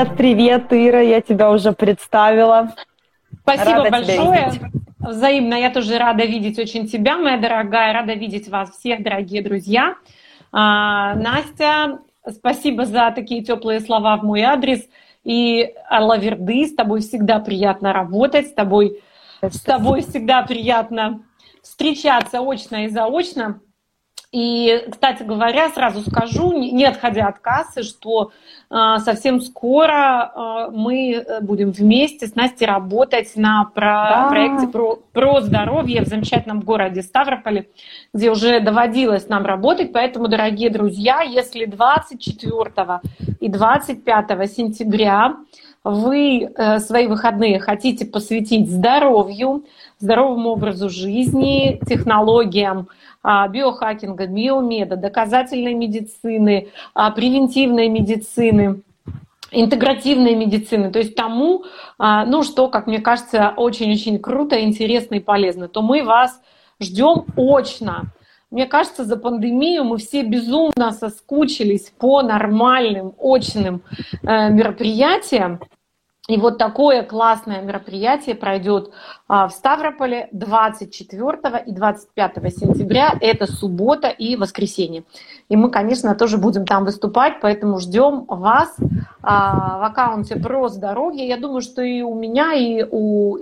Привет, привет, Ира, я тебя уже представила. Спасибо большое. Взаимно, я тоже рада видеть очень тебя, моя дорогая, рада видеть вас всех, дорогие друзья. Настя, спасибо за такие теплые слова в мой адрес. И Аллаверды, с тобой всегда приятно работать, с тобой всегда приятно встречаться очно и заочно. И, кстати говоря, сразу скажу, не отходя от кассы, что совсем скоро мы будем вместе с Настей работать на проекте про здоровье в замечательном городе Ставрополе, где уже доводилось нам работать. Поэтому, дорогие друзья, если 24 и 25 сентября вы свои выходные хотите посвятить здоровью, здоровому образу жизни, технологиям биохакинга, биомеда, доказательной медицины, превентивной медицины, интегративной медицины, то есть тому, что, как мне кажется, очень-очень круто, интересно и полезно, то мы вас ждем очно. Мне кажется, за пандемию мы все безумно соскучились по нормальным, очным мероприятиям. И вот такое классное мероприятие пройдет в Ставрополе 24 и 25 сентября. Это суббота и воскресенье. И мы, конечно, тоже будем там выступать, поэтому ждем вас в аккаунте про здоровье. Я думаю, что и у меня, и у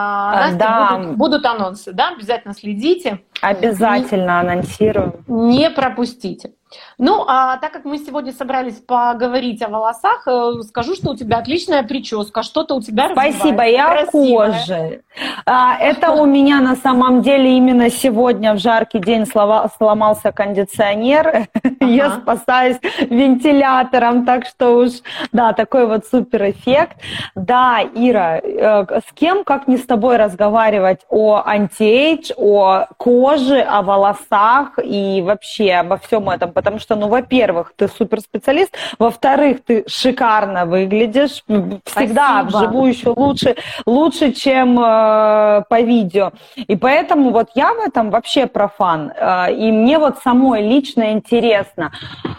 Насти будут анонсы. Да? Обязательно следите. Обязательно анонсируем. Не пропустите. Ну, так как мы сегодня собрались поговорить о волосах, скажу, что у тебя отличная прическа, что-то у тебя Спасибо, я о коже. Это у меня на самом деле именно сегодня в жаркий день сломался кондиционер. Я спасаюсь вентилятором, так что уж, да, такой вот супер эффект. Да, Ира, с кем, как не с тобой разговаривать о антиэйдж, о коже, о волосах и вообще обо всем этом. Потому что, во-первых, ты суперспециалист, во-вторых, ты шикарно выглядишь, всегда вживую еще лучше, чем по видео. И поэтому вот я в этом вообще профан. И мне вот самой лично интересно,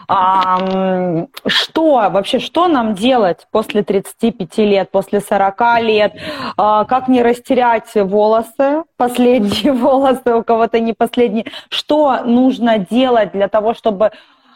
что нам делать после 35 лет, после 40 лет, как не растерять волосы, последние волосы, у кого-то не последние, что нужно делать для того, чтобы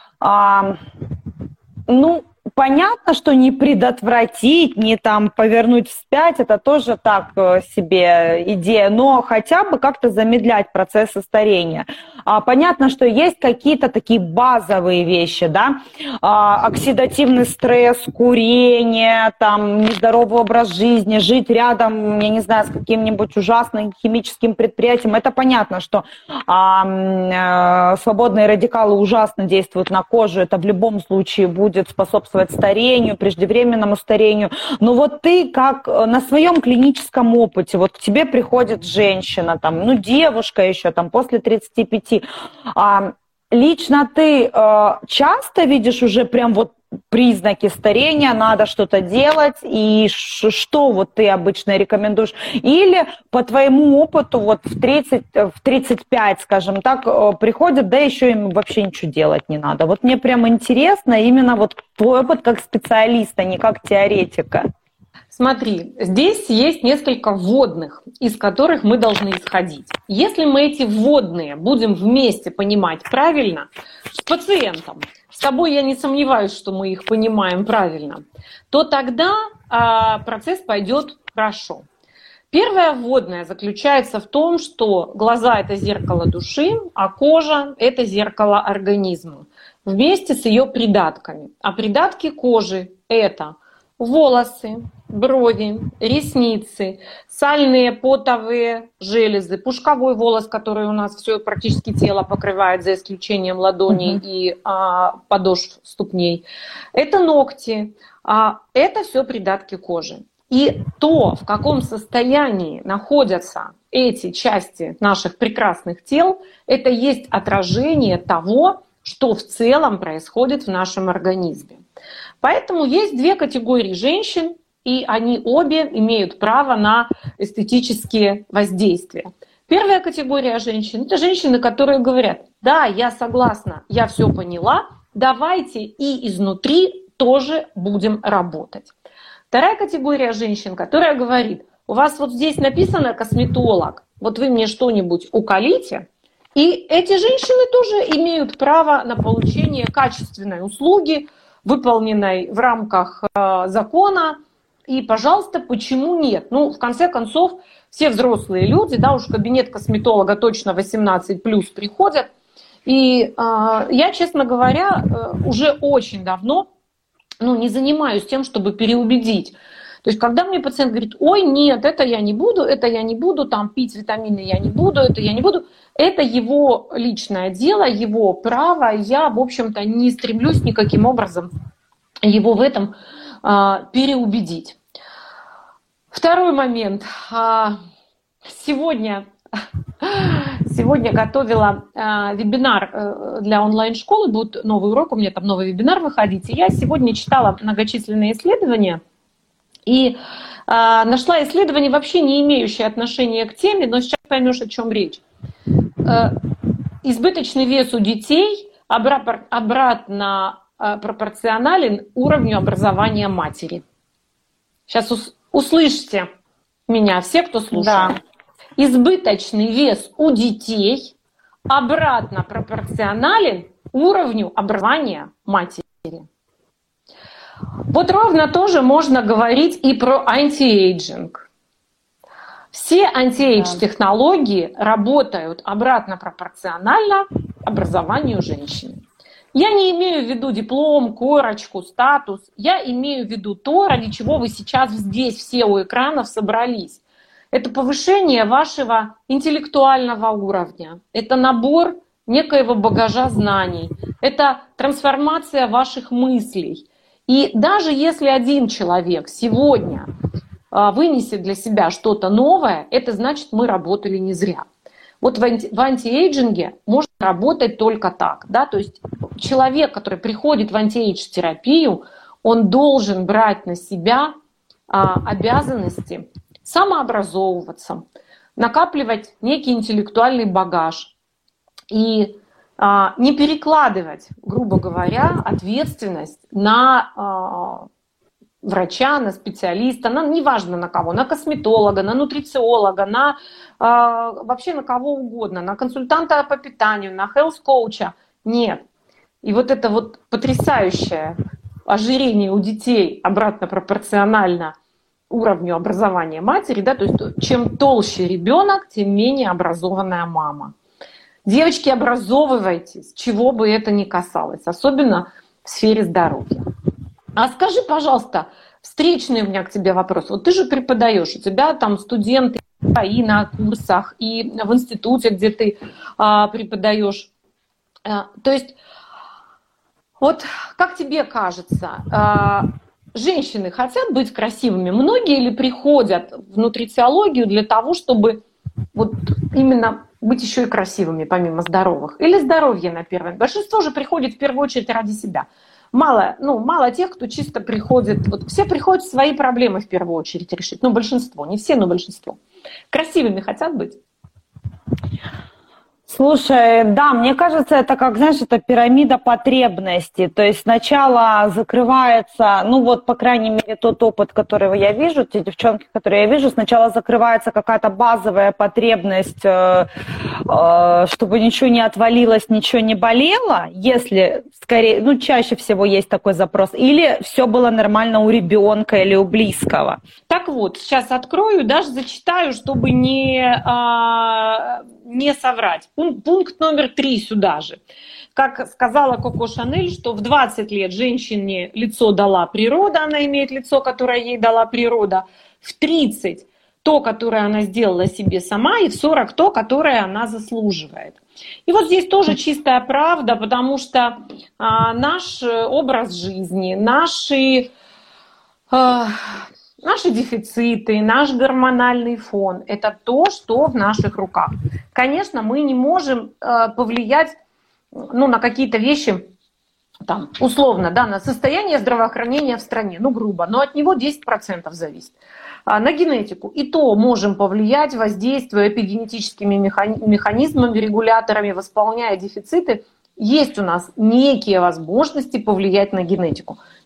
понятно, что не предотвратить, не там повернуть вспять, это тоже так себе идея, но хотя бы как-то замедлять процессы старения. Понятно, что есть какие-то такие базовые вещи, да, оксидативный стресс, курение, там, нездоровый образ жизни, жить рядом, я не знаю, с каким-нибудь ужасным химическим предприятием. Это понятно, что свободные радикалы ужасно действуют на кожу, это в любом случае будет способствовать старению, преждевременному старению. Но вот ты как на своем клиническом опыте, вот к тебе приходит женщина, там, девушка еще, там, после 35, лично ты часто видишь уже прям вот признаки старения, надо что-то делать, и что вот ты обычно рекомендуешь? Или по твоему опыту вот в 35, скажем так, приходят, да еще им вообще ничего делать не надо. Вот мне прям интересно именно вот твой опыт как специалиста, не как теоретика. Смотри, здесь есть несколько вводных, из которых мы должны исходить. Если мы эти вводные будем вместе понимать правильно, с пациентом, с тобой я не сомневаюсь, что мы их понимаем правильно, то тогда процесс пойдет хорошо. Первая вводная заключается в том, что глаза – это зеркало души, а кожа – это зеркало организма, вместе с ее придатками. А придатки кожи – это волосы, брови, ресницы, сальные потовые железы, пушковой волос, который у нас все практически тело покрывает, за исключением ладоней и подошв ступней. Это ногти, это все придатки кожи. И то, в каком состоянии находятся эти части наших прекрасных тел, это есть отражение того, что в целом происходит в нашем организме. Поэтому есть две категории женщин, и они обе имеют право на эстетические воздействия. Первая категория женщин – это женщины, которые говорят: да, я согласна, я все поняла, давайте и изнутри тоже будем работать. Вторая категория женщин, которая говорит, у вас вот здесь написано косметолог, вот вы мне что-нибудь уколите. И эти женщины тоже имеют право на получение качественной услуги, выполненной в рамках закона. И, пожалуйста, почему нет? Ну, в конце концов, все взрослые люди, да, уж в кабинет косметолога точно 18+ приходят. И я, честно говоря, уже очень давно не занимаюсь тем, чтобы переубедить. То есть, когда мне пациент говорит, ой, нет, это я не буду, там, пить витамины я не буду, это я не буду, это его личное дело, его право, я, в общем-то, не стремлюсь никаким образом его в этом переубедить. Второй момент. Сегодня готовила вебинар для онлайн-школы, будет новый урок, у меня там новый вебинар выходить. И я сегодня читала многочисленные исследования и нашла исследование, вообще не имеющее отношения к теме, но сейчас поймешь, о чем речь. Избыточный вес у детей обратно пропорционален уровню образования матери. Сейчас услышьте меня, все, кто слушает. Да. Избыточный вес у детей обратно пропорционален уровню образования матери. Вот ровно тоже можно говорить и про антиэйджинг. Все антиэйдж-технологии работают обратно пропорционально образованию женщины. Я не имею в виду диплом, корочку, статус. Я имею в виду то, ради чего вы сейчас здесь все у экранов собрались. Это повышение вашего интеллектуального уровня. Это набор некоего багажа знаний. Это трансформация ваших мыслей. И даже если один человек сегодня вынесет для себя что-то новое, это значит, мы работали не зря. Вот в антиэйджинге можно работать только так. Да? То есть человек, который приходит в антиэйдж-терапию, он должен брать на себя обязанности самообразовываться, накапливать некий интеллектуальный багаж и не перекладывать, грубо говоря, ответственность на врача, на специалиста, неважно на кого, на косметолога, на нутрициолога, вообще на кого угодно, на консультанта по питанию, на health-коуча. Нет. И вот это вот потрясающее ожирение у детей обратно пропорционально уровню образования матери, да, то есть чем толще ребенок, тем менее образованная мама. Девочки, образовывайтесь, чего бы это ни касалось, особенно в сфере здоровья. А скажи, пожалуйста, встречный у меня к тебе вопрос. Вот ты же преподаешь, у тебя там студенты и на курсах, и в институте, где ты преподаешь. То есть, вот как тебе кажется, женщины хотят быть красивыми? Многие ли приходят в нутрициологию для того, чтобы вот именно быть еще и красивыми, помимо здоровых? Или здоровье на первое? Большинство же приходит в первую очередь ради себя. Мало тех, кто чисто приходит. Вот все приходят свои проблемы в первую очередь решить. Большинство, не все, но большинство. Красивыми хотят быть? Слушай, да, мне кажется, это как, знаешь, это пирамида потребностей. То есть сначала закрывается, по крайней мере, тот опыт, которого я вижу, те девчонки, которые я вижу, сначала закрывается какая-то базовая потребность, чтобы ничего не отвалилось, ничего не болело, если скорее, чаще всего есть такой запрос, или все было нормально у ребенка или у близкого. Так вот, сейчас открою, даже зачитаю, чтобы не соврать. Пункт номер 3 сюда же. Как сказала Коко Шанель, что в 20 лет женщине лицо дала природа, она имеет лицо, которое ей дала природа, в 30 то, которое она сделала себе сама, и в 40 то, которое она заслуживает. И вот здесь тоже чистая правда, потому что наш образ жизни, наши дефициты, наш гормональный фон – это то, что в наших руках. Конечно, мы не можем повлиять на какие-то вещи, условно, на состояние здравоохранения в стране, грубо, но от него 10% зависит. На генетику. И то можем повлиять, воздействуя эпигенетическими механизмами, регуляторами, восполняя дефициты. Есть у нас некие возможности повлиять на генетику.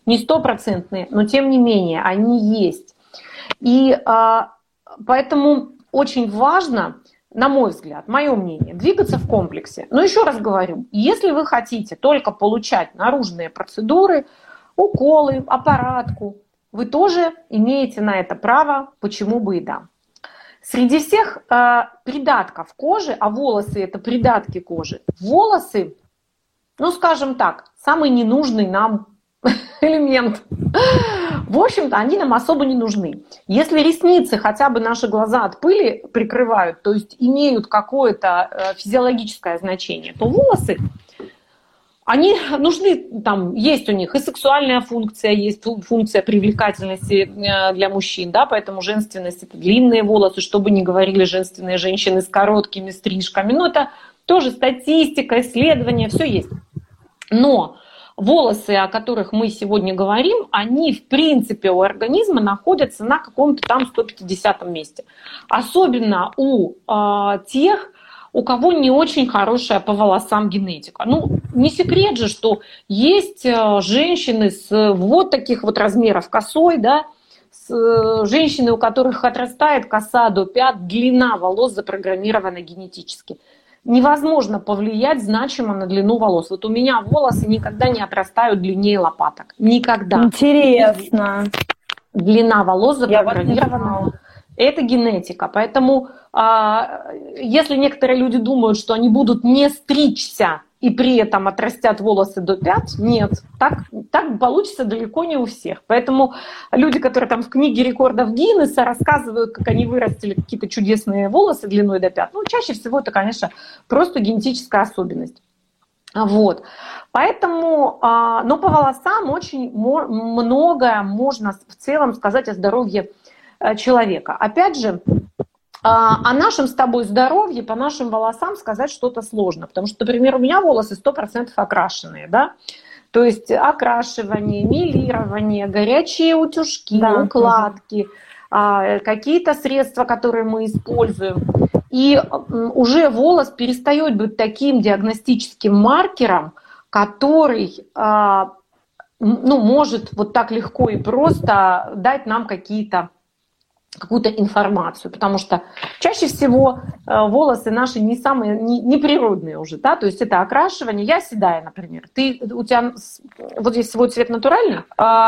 Не стопроцентные, но тем не менее они есть. И поэтому очень важно, на мой взгляд, мое мнение, двигаться в комплексе. Но еще раз говорю, если вы хотите только получать наружные процедуры, уколы, аппаратку, вы тоже имеете на это право, почему бы и да. Среди всех придатков кожи, а волосы это придатки кожи, волосы, ну скажем так, самый ненужный нам элемент. В общем-то, они нам особо не нужны. Если ресницы хотя бы наши глаза от пыли прикрывают, то есть имеют какое-то физиологическое значение, то волосы, они нужны, там есть у них и сексуальная функция, есть функция привлекательности для мужчин, да, поэтому женственность – это длинные волосы, чтобы не говорили женственные женщины с короткими стрижками. Но это тоже статистика, исследования, все есть. Но волосы, о которых мы сегодня говорим, они в принципе у организма находятся на каком-то там 150-м месте. Особенно у тех, у кого не очень хорошая по волосам генетика. Ну, не секрет же, что есть женщины с вот таких вот размеров косой, да, женщины, у которых отрастает коса до пят, длина волос запрограммирована генетически. Невозможно повлиять значимо на длину волос. Вот у меня волосы никогда не отрастают длиннее лопаток. Никогда. Интересно. Длина волос запрограммирована. Это генетика. Поэтому если некоторые люди думают, что они будут не стричься и при этом отрастят волосы до пят, нет. Так получится далеко не у всех. Поэтому люди, которые там в книге рекордов Гиннесса рассказывают, как они вырастили какие-то чудесные волосы длиной до пят, ну, чаще всего это, конечно, просто генетическая особенность. Вот. Поэтому, но по волосам очень многое можно в целом сказать о здоровье человека. Опять же, о нашем с тобой здоровье по нашим волосам сказать что-то сложно, потому что, например, у меня волосы 100% окрашенные, да, то есть окрашивание, мелирование, горячие утюжки, да, укладки, какие-то средства, которые мы используем, и уже волос перестает быть таким диагностическим маркером, который может вот так легко и просто дать нам какую-то информацию, потому что чаще всего волосы наши не самые, не природные уже, да, то есть это окрашивание. Я седая, например. У тебя вот здесь свой цвет натуральный?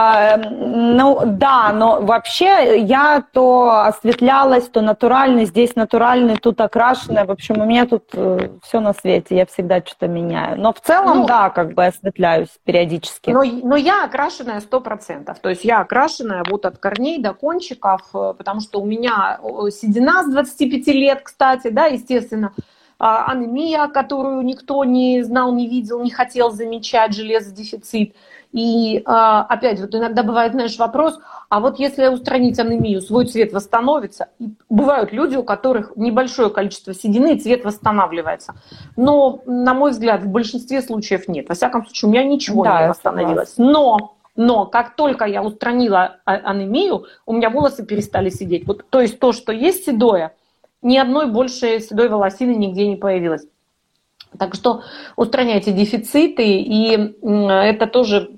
Ну, да, но вообще я то осветлялась, то натуральный, здесь натуральный, тут окрашенный. В общем, у меня тут все на свете, я всегда что-то меняю. Но в целом, да, как бы осветляюсь периодически. Но я окрашенная 100%, то есть я окрашенная вот от корней до кончиков, потому что у меня седина с 25 лет, кстати, да, естественно, анемия, которую никто не знал, не видел, не хотел замечать, железодефицит. И опять, вот иногда бывает, знаешь, вопрос, а вот если устранить анемию, свой цвет восстановится? И бывают люди, у которых небольшое количество седины, и цвет восстанавливается. Но, на мой взгляд, в большинстве случаев нет. Во всяком случае, у меня ничего не восстановилось. Но как только я устранила анемию, у меня волосы перестали сидеть. Вот, то есть то, что есть седое, ни одной больше седой волосины нигде не появилось. Так что устраняйте дефициты, и это тоже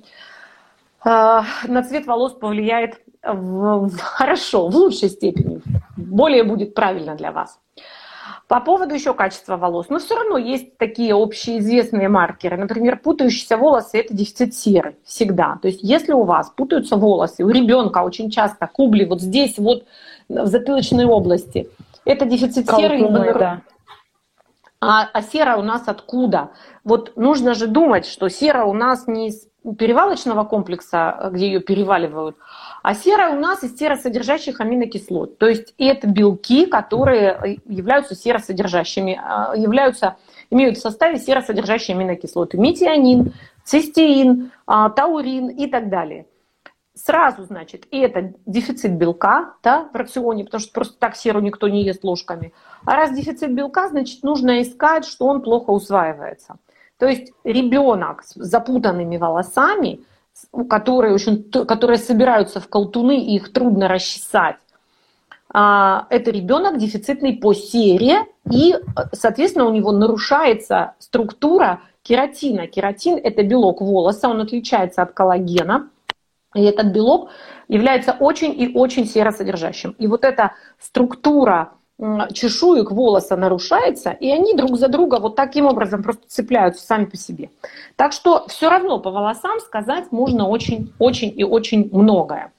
на цвет волос повлияет хорошо, в лучшей степени. Более будет правильно для вас. По поводу еще качества волос. Но все равно есть такие общеизвестные маркеры. Например, путающиеся волосы – это дефицит серы всегда. То есть если у вас путаются волосы, у ребенка очень часто кубли вот здесь, вот в затылочной области, это дефицит серы. Да. А сера у нас откуда? Вот нужно же думать, что сера у нас не из перевалочного комплекса, где ее переваливают, а сера у нас из серосодержащих аминокислот. То есть это белки, которые являются серосодержащими, имеют в составе серосодержащие аминокислоты. Метионин, цистеин, таурин и так далее. Сразу, значит, это дефицит белка, да, в рационе, потому что просто так серу никто не ест ложками. А раз дефицит белка, значит, нужно искать, что он плохо усваивается. То есть ребенок с запутанными волосами, которые собираются в колтуны, и их трудно расчесать, это ребенок дефицитный по сере, и, соответственно, у него нарушается структура кератина. Кератин – это белок волоса, он отличается от коллагена. И этот белок является очень и очень серосодержащим. И вот эта структура чешуек волоса нарушается, и они друг за друга вот таким образом просто цепляются сами по себе. Так что все равно по волосам сказать можно очень, очень и очень многое.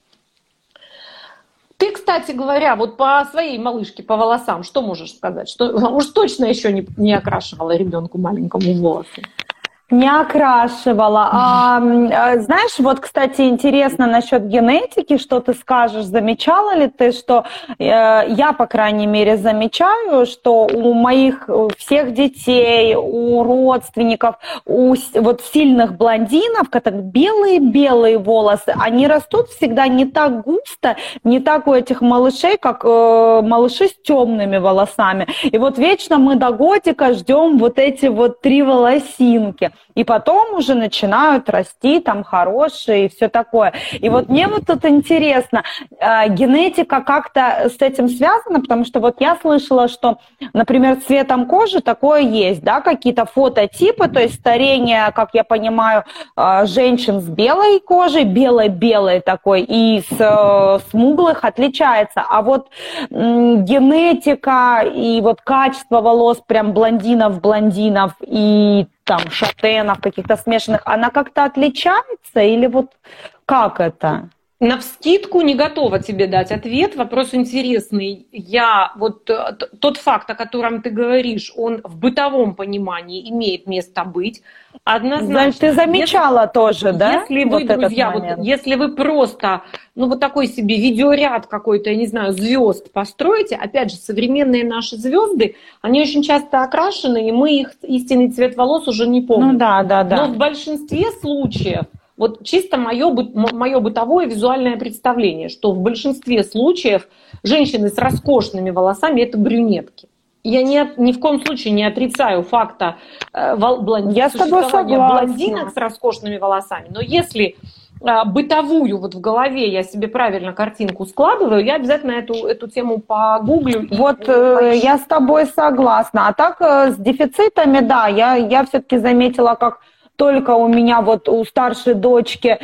Ты, кстати говоря, вот по своей малышке, по волосам, что можешь сказать? Что, уж точно еще не окрашивала ребенку маленькому волосы? Не окрашивала. Знаешь, вот, кстати, интересно насчет генетики, что ты скажешь. Замечала ли ты, что я, по крайней мере, замечаю, что у моих всех детей, у родственников, у вот сильных блондинов, как белые-белые волосы, они растут всегда не так густо, не так у этих малышей, как малыши с темными волосами. И вот вечно мы до годика ждем вот эти вот 3 волосинки. И потом уже начинают расти там хорошие и все такое. И вот мне вот тут интересно, генетика как-то с этим связана, потому что вот я слышала, что, например, с цветом кожи такое есть, да, какие-то фототипы, то есть старение, как я понимаю, женщин с белой кожей, белой-белой такой, и с смуглых отличается. А вот генетика и вот качество волос прям блондинов и там шатенов каких-то смешанных, она как-то отличается или вот как это? Навскидку не готова тебе дать ответ. Вопрос интересный. Вот тот факт, о котором ты говоришь, он в бытовом понимании имеет место быть. Однозначно. Ты замечала тоже, да? Если вы, вот друзья, если вы просто, вот такой себе видеоряд какой-то, я не знаю, звезд построите, опять же, современные наши звезды, они очень часто окрашены, и мы их истинный цвет волос уже не помним. Да. Но в большинстве случаев, вот чисто мое бытовое визуальное представление, что в большинстве случаев женщины с роскошными волосами – это брюнетки. Я ни в коем случае не отрицаю факта существования блондинок с роскошными волосами, но если бытовую вот в голове я себе правильно картинку складываю, я обязательно эту тему погуглю. Вот я с тобой согласна. А так с дефицитами, да, я все-таки заметила, как только у меня вот у старшей дочки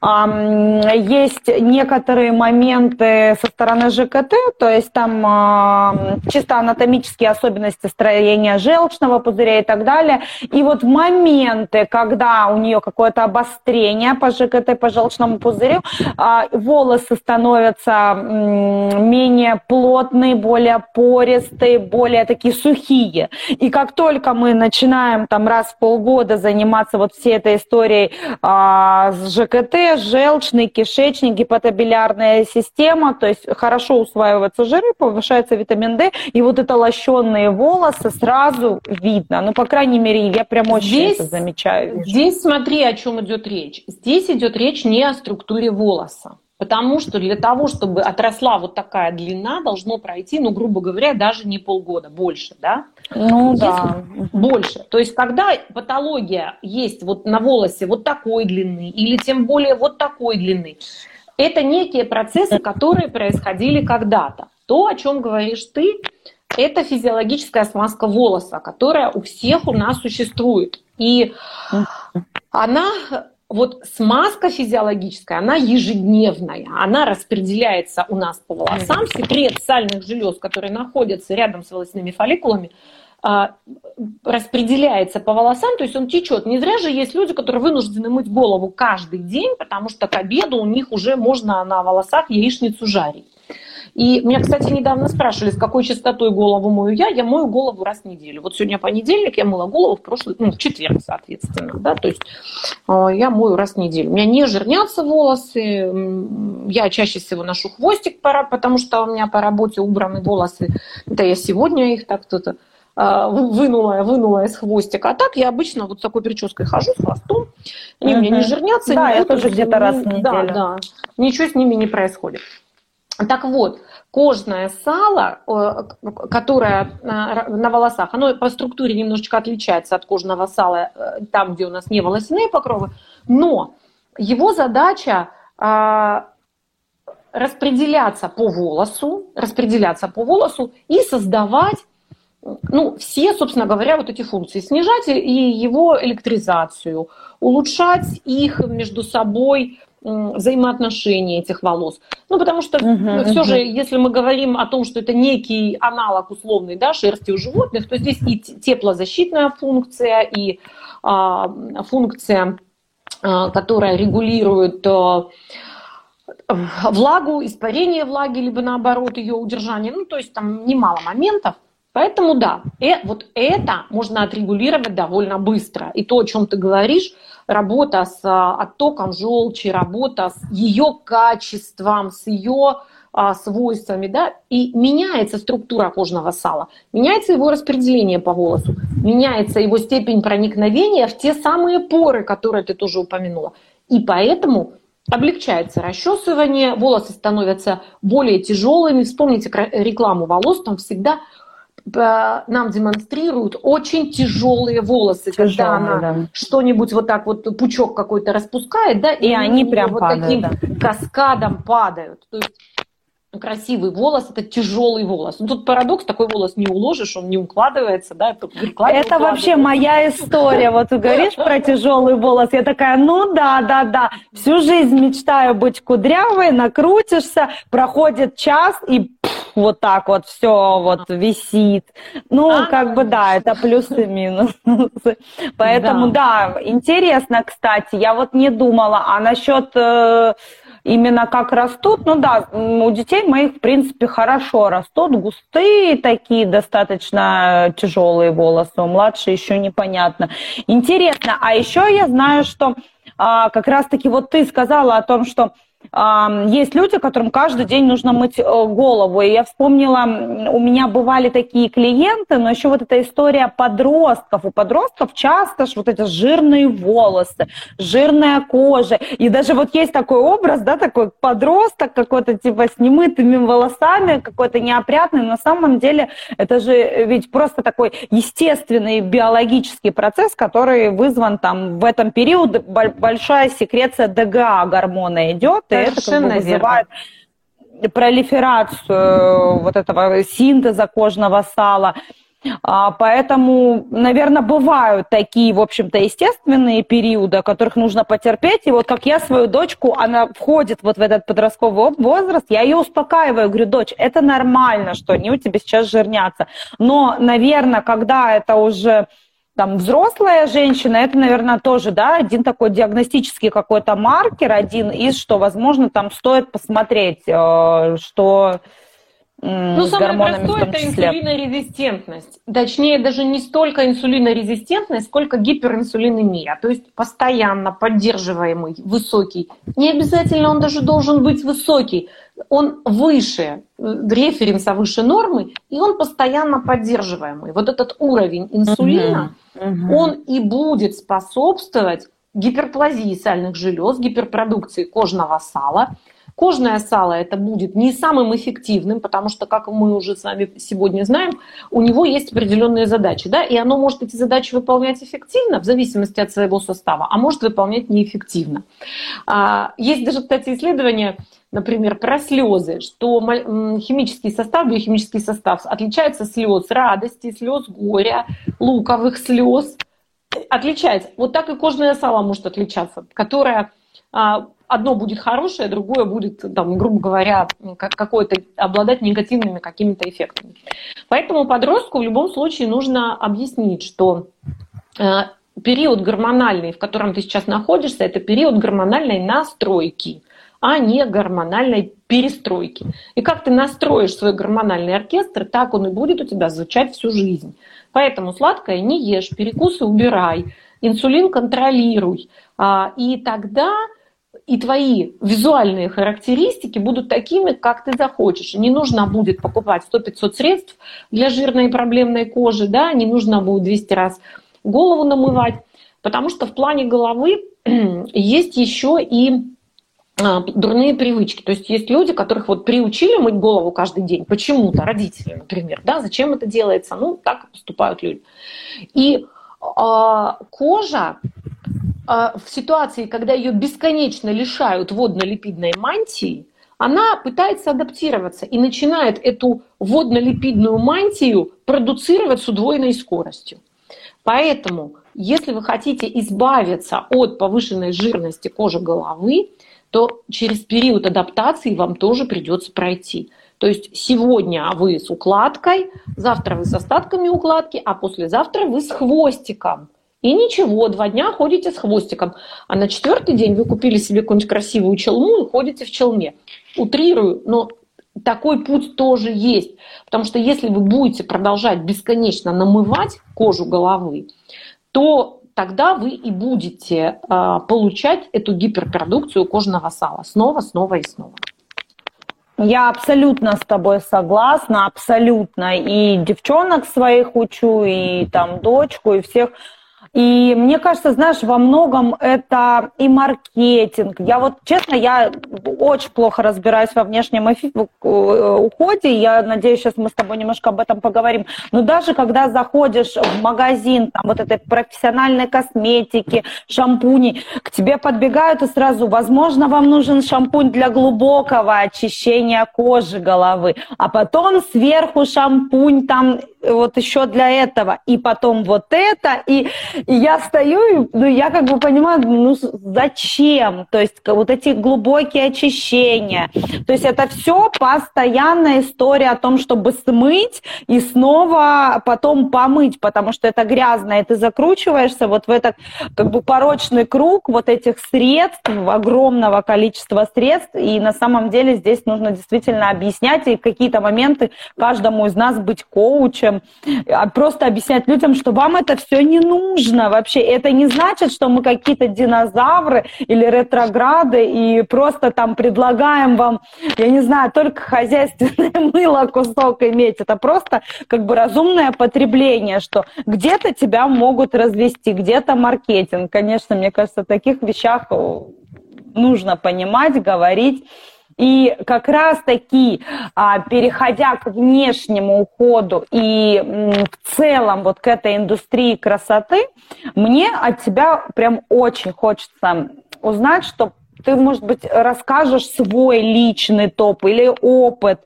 есть некоторые моменты со стороны ЖКТ, то есть там чисто анатомические особенности строения желчного пузыря и так далее. И вот моменты, когда у нее какое-то обострение по ЖКТ, по желчному пузырю, волосы становятся менее плотные, более пористые, более такие сухие. И как только мы начинаем там раз в полгода заниматься вот всей этой историей с ЖКТ, желчный, кишечник, гепатобилиарная система, то есть хорошо усваиваются жиры, повышается витамин D, и вот это лощеные волосы сразу видно. Ну, по крайней мере, я прям очень это замечаю. Здесь смотри, о чем идет речь. Здесь идет речь не о структуре волоса. Потому что для того, чтобы отросла вот такая длина, должно пройти, грубо говоря, даже не полгода, больше, да? Да. Больше. То есть, когда патология есть вот на волосе вот такой длины, или тем более вот такой длины, это некие процессы, которые происходили когда-то. То, о чем говоришь ты, это физиологическая смазка волоса, которая у всех у нас существует. И она... Вот смазка физиологическая, она ежедневная, она распределяется у нас по волосам. Секрет сальных желез, которые находятся рядом с волосяными фолликулами, распределяется по волосам, то есть он течет. Не зря же есть люди, которые вынуждены мыть голову каждый день, потому что к обеду у них уже можно на волосах яичницу жарить. И меня, кстати, недавно спрашивали, с какой частотой голову мою я. Я мою голову раз в неделю. Вот сегодня понедельник, я мыла голову в четверг, соответственно. Да? То есть я мою раз в неделю. У меня не жирнятся волосы. Я чаще всего ношу хвостик, потому что у меня по работе убраны волосы. Это я сегодня их так кто-то вынула из хвостика. А так я обычно вот с такой прической хожу, с хвостом. Они у меня не жирнятся. Да, я тоже где-то раз в неделю. Да. Ничего с ними не происходит. Так вот, кожное сало, которое на волосах, оно по структуре немножечко отличается от кожного сала там, где у нас не волосяные покровы, но его задача распределяться по волосу и создавать все, собственно говоря, вот эти функции. Снижать и его электризацию, улучшать их между собой взаимоотношения этих волос. Ну, потому что все же, если мы говорим о том, что это некий аналог условный, да, шерсти у животных, то здесь и теплозащитная функция, и функция, которая регулирует влагу, испарение влаги, либо наоборот ее удержание. Ну, то есть там немало моментов. Поэтому да, вот это можно отрегулировать довольно быстро. И то, о чем ты говоришь, работа с оттоком желчи, работа с ее качеством, с ее свойствами, да, и меняется структура кожного сала, меняется его распределение по волосу, меняется его степень проникновения в те самые поры, которые ты тоже упомянула. И поэтому облегчается расчесывание, волосы становятся более тяжелыми. Вспомните рекламу волос, там всегда нам демонстрируют очень тяжелые волосы, когда она что-нибудь вот так вот, пучок какой-то распускает, да, и они прям вот падают, таким каскадом падают. То есть красивый волос – это тяжелый волос. Ну, тут парадокс, такой волос не уложишь, он не укладывается, да, это вообще моя история. Вот ты говоришь про тяжелый волос, я такая, ну да, всю жизнь мечтаю быть кудрявой, накрутишься, проходит час и вот так вот все вот висит. Ну, как бы да, это плюсы и минусы. Поэтому да, интересно, кстати, я вот не думала, а насчет именно как растут, ну да, у детей моих, в принципе, хорошо растут, густые такие, достаточно тяжелые волосы, у младшей еще непонятно. Интересно, а еще я знаю, что как раз-таки вот ты сказала о том, что есть люди, которым каждый день нужно мыть голову. И я вспомнила, у меня бывали такие клиенты, но еще вот эта история подростков. У подростков часто ж вот эти жирные волосы, жирная кожа. И даже вот есть такой образ, да, такой подросток какой-то типа с немытыми волосами, какой-то неопрятный. На самом деле это же ведь просто такой естественный биологический процесс, который вызван там в этом период, большая секреция ДГА гормона идет. И это как бы вызывает пролиферацию вот этого синтеза кожного сала. Поэтому, наверное, бывают такие, в общем-то, естественные периоды, о которых нужно потерпеть. И вот как я свою дочку, она входит вот в этот подростковый возраст, я ее успокаиваю, говорю, дочь, это нормально, что они у тебя сейчас жирнятся. Но, наверное, когда это уже там взрослая женщина, это, наверное, тоже, да, один такой диагностический какой-то маркер, один из, что, возможно, там стоит посмотреть, что с гормонами в том числе. Ну, самое простое – это инсулинорезистентность. Точнее, даже не столько инсулинорезистентность, сколько гиперинсулинемия. То есть постоянно поддерживаемый, высокий. Не обязательно он даже должен быть высокий. Он выше референса, выше нормы, и он постоянно поддерживаемый. Вот этот уровень инсулина, он и будет способствовать гиперплазии сальных желез, гиперпродукции кожного сала. Кожное сало это будет не самым эффективным, потому что, как мы уже с вами сегодня знаем, у него есть определенные задачи, да, и оно может эти задачи выполнять эффективно в зависимости от своего состава, а может выполнять неэффективно. Есть даже, кстати, исследования, например, про слезы, что химический состав, биохимический состав отличается слез радости, слез горя, луковых слез. Отличается. Вот так и кожное сало может отличаться, которое одно будет хорошее, другое будет, там, грубо говоря, какое-то обладать негативными какими-то эффектами. Поэтому подростку в любом случае нужно объяснить, что период гормональный, в котором ты сейчас находишься, это период гормональной настройки, а не гормональной перестройки. И как ты настроишь свой гормональный оркестр, так он и будет у тебя звучать всю жизнь. Поэтому сладкое не ешь, перекусы убирай, инсулин контролируй. И тогда и твои визуальные характеристики будут такими, как ты захочешь. Не нужно будет покупать 100-500 средств для жирной и проблемной кожи, да? Не нужно будет 200 раз голову намывать, потому что в плане головы есть еще и дурные привычки. То есть есть люди, которых вот приучили мыть голову каждый день, почему-то, родители, например, да? Зачем это делается? Ну, так поступают люди. И кожа в ситуации, когда ее бесконечно лишают водно-липидной мантии, она пытается адаптироваться и начинает эту водно-липидную мантию продуцировать с удвоенной скоростью. Поэтому, если вы хотите избавиться от повышенной жирности кожи головы, то через период адаптации вам тоже придется пройти. То есть сегодня вы с укладкой, завтра вы с остатками укладки, а послезавтра вы с хвостиком. И ничего, 2 дня ходите с хвостиком. А на 4-й день вы купили себе какую-нибудь красивую челму и ходите в челме. Утрирую, но такой путь тоже есть. Потому что если вы будете продолжать бесконечно намывать кожу головы, то тогда вы и будете получать эту гиперпродукцию кожного сала снова, снова и снова. Я абсолютно с тобой согласна, абсолютно. И девчонок своих учу, и там дочку, и всех. И мне кажется, знаешь, во многом это и маркетинг. Я вот, честно, я очень плохо разбираюсь во внешнем уходе. Я надеюсь, сейчас мы с тобой немножко об этом поговорим. Но даже когда заходишь в магазин там, вот этой профессиональной косметики, шампуней, к тебе подбегают и сразу, возможно, вам нужен шампунь для глубокого очищения кожи головы, а потом сверху шампунь там вот еще для этого, и потом вот это, и я стою, ну, я как бы понимаю, ну, зачем? То есть вот эти глубокие очищения. То есть это все постоянная история о том, чтобы смыть и снова потом помыть, потому что это грязно, и ты закручиваешься вот в этот как бы порочный круг вот этих средств, огромного количества средств, и на самом деле здесь нужно действительно объяснять, и в какие-то моменты каждому из нас быть коучем, просто объяснять людям, что вам это все не нужно вообще. Это не значит, что мы какие-то динозавры или ретрограды и просто там предлагаем вам, я не знаю, только хозяйственное мыло кусок иметь. Это просто как бы разумное потребление, что где-то тебя могут развести, где-то маркетинг. Конечно, мне кажется, в таких вещах нужно понимать, говорить. И как раз-таки, переходя к внешнему уходу и в целом вот к этой индустрии красоты, мне от тебя прям очень хочется узнать, что ты, может быть, расскажешь свой личный топ или опыт,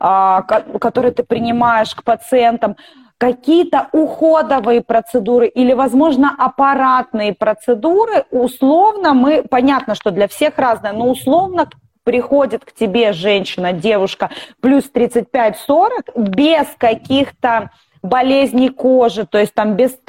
который ты принимаешь к пациентам, какие-то уходовые процедуры или, возможно, аппаратные процедуры. Условно понятно, что для всех разное, но условно приходит к тебе женщина, девушка, плюс 35-40, без каких-то болезней кожи, то есть там без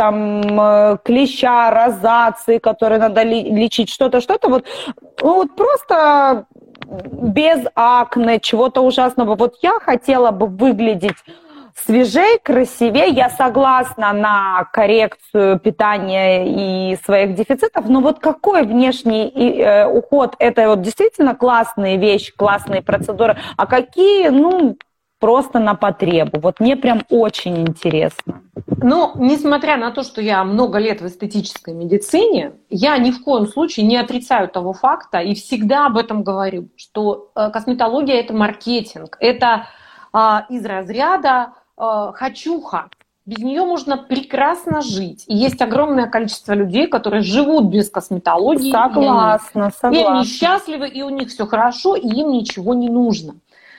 клеща, розации, которые надо лечить, что-то, вот, ну, вот просто без акне, чего-то ужасного. Вот я хотела бы выглядеть свежей, красивее. Я согласна на коррекцию питания и своих дефицитов, но вот какой внешний уход? Это вот действительно классные вещи, классные процедуры, а какие, ну, просто на потребу? Вот мне прям очень интересно. Но, несмотря на то, что я много лет в эстетической медицине, я ни в коем случае не отрицаю того факта и всегда об этом говорю, что косметология – это маркетинг, это из разряда хочуха. Без нее можно прекрасно жить. И есть огромное количество людей, которые живут без косметологии. Согласна. И они счастливы, и у них все хорошо, и им ничего не нужно.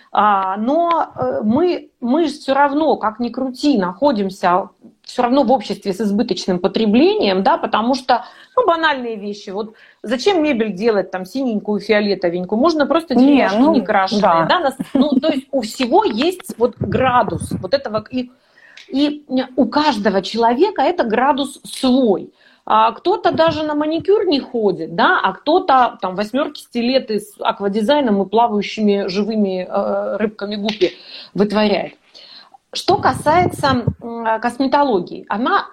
Но мы все равно, как ни крути, находимся все равно в обществе с избыточным потреблением, да, потому что, ну, банальные вещи. Вот зачем мебель делать там синенькую, фиолетовенькую? Можно просто деревяшки не крашеные. Да. Ну, то есть у всего есть вот градус вот этого. И у каждого человека это градус свой. Кто-то даже на маникюр не ходит, да, а кто-то там 8 стилеты с аквадизайном и плавающими живыми рыбками гуппи вытворяет. Что касается косметологии,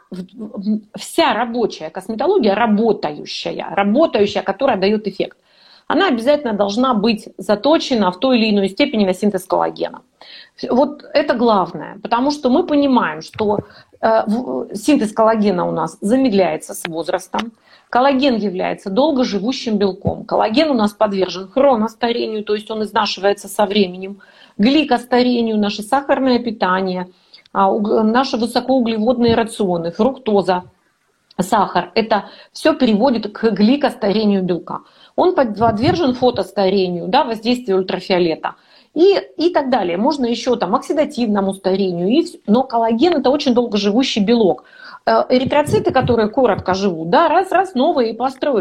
вся рабочая косметология, работающая, которая дает эффект, она обязательно должна быть заточена в той или иной степени на синтез коллагена. Вот это главное, потому что мы понимаем, что синтез коллагена у нас замедляется с возрастом. Коллаген является долгоживущим белком. Коллаген у нас подвержен хроностарению, то есть он изнашивается со временем, гликостарению, наше сахарное питание, наши высокоуглеводные рационы, фруктоза, сахар. Это все приводит к гликостарению белка. Он подвержен фотостарению, да, воздействию ультрафиолета. И так далее. Можно еще там оксидативному старению. Но коллаген – это очень долгоживущий белок. Эритроциты, которые коротко живут, да, раз-раз новые и построились.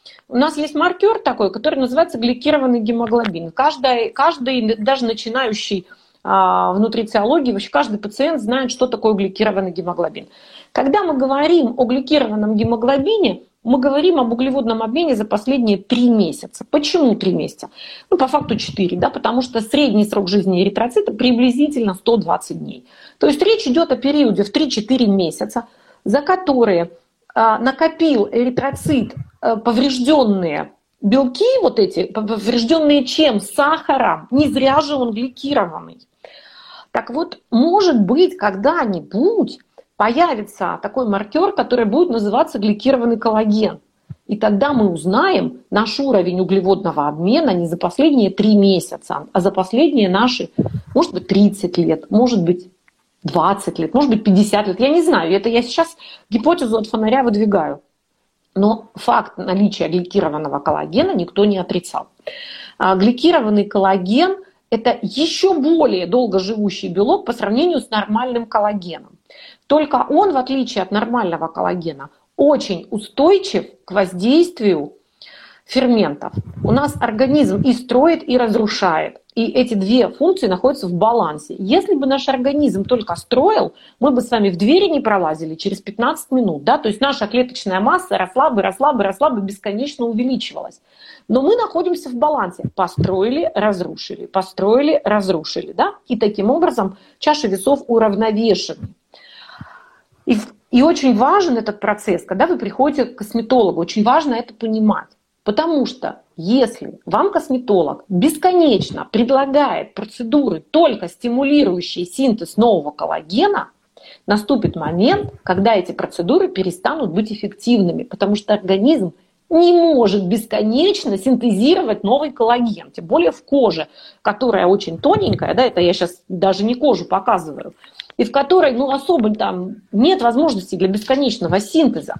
У нас есть маркер такой, который называется гликированный гемоглобин. Каждый даже начинающий в нутрициологии, вообще каждый пациент знает, что такое гликированный гемоглобин. Когда мы говорим о гликированном гемоглобине, мы говорим об углеводном обмене за последние 3 месяца. Почему 3 месяца? Ну, по факту 4, да, потому что средний срок жизни эритроцита приблизительно 120 дней. То есть речь идет о периоде в 3-4 месяца, за которые накопил эритроцит поврежденные белки, вот эти, поврежденные чем? Сахаром. Не зря же он гликированный. Так вот, может быть, когда-нибудь появится такой маркер, который будет называться гликированный коллаген. И тогда мы узнаем наш уровень углеводного обмена не за последние 3 месяца, а за последние наши, может быть, 30 лет, может быть, 20 лет, может быть, 50 лет. Я не знаю, это я сейчас гипотезу от фонаря выдвигаю. Но факт наличия гликированного коллагена никто не отрицал. Гликированный коллаген – это еще более долгоживущий белок по сравнению с нормальным коллагеном. Только он, в отличие от нормального коллагена, очень устойчив к воздействию ферментов. У нас организм и строит, и разрушает. И эти 2 функции находятся в балансе. Если бы наш организм только строил, мы бы с вами в двери не пролазили через 15 минут. Да? То есть наша клеточная масса росла бы, бесконечно увеличивалась. Но мы находимся в балансе. Построили, разрушили, построили, разрушили. Да? И таким образом чаша весов уравновешены. И очень важен этот процесс, когда вы приходите к косметологу. Очень важно это понимать. Потому что если вам косметолог бесконечно предлагает процедуры, только стимулирующие синтез нового коллагена, наступит момент, когда эти процедуры перестанут быть эффективными, потому что организм не может бесконечно синтезировать новый коллаген, тем более в коже, которая очень тоненькая, да, это я сейчас даже не кожу показываю, и в которой особо там нет возможности для бесконечного синтеза.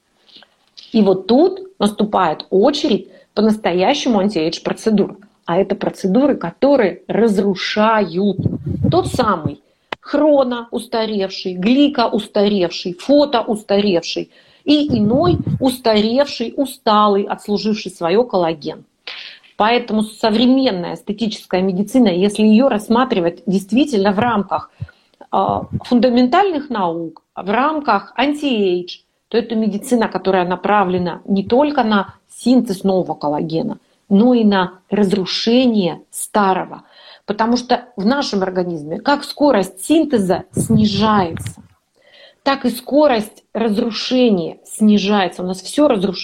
И вот тут наступает очередь по-настоящему анти-эйдж процедур. А это процедуры, которые разрушают тот самый хроноустаревший, гликоустаревший, фотоустаревший и иной устаревший, усталый, отслуживший свое коллаген. Поэтому современная эстетическая медицина, если ее рассматривать действительно в рамках фундаментальных наук, в рамках анти-эйдж, то это медицина, которая направлена не только на синтез нового коллагена, но и на разрушение старого. Потому что в нашем организме как скорость синтеза снижается, так и скорость разрушения снижается. У нас все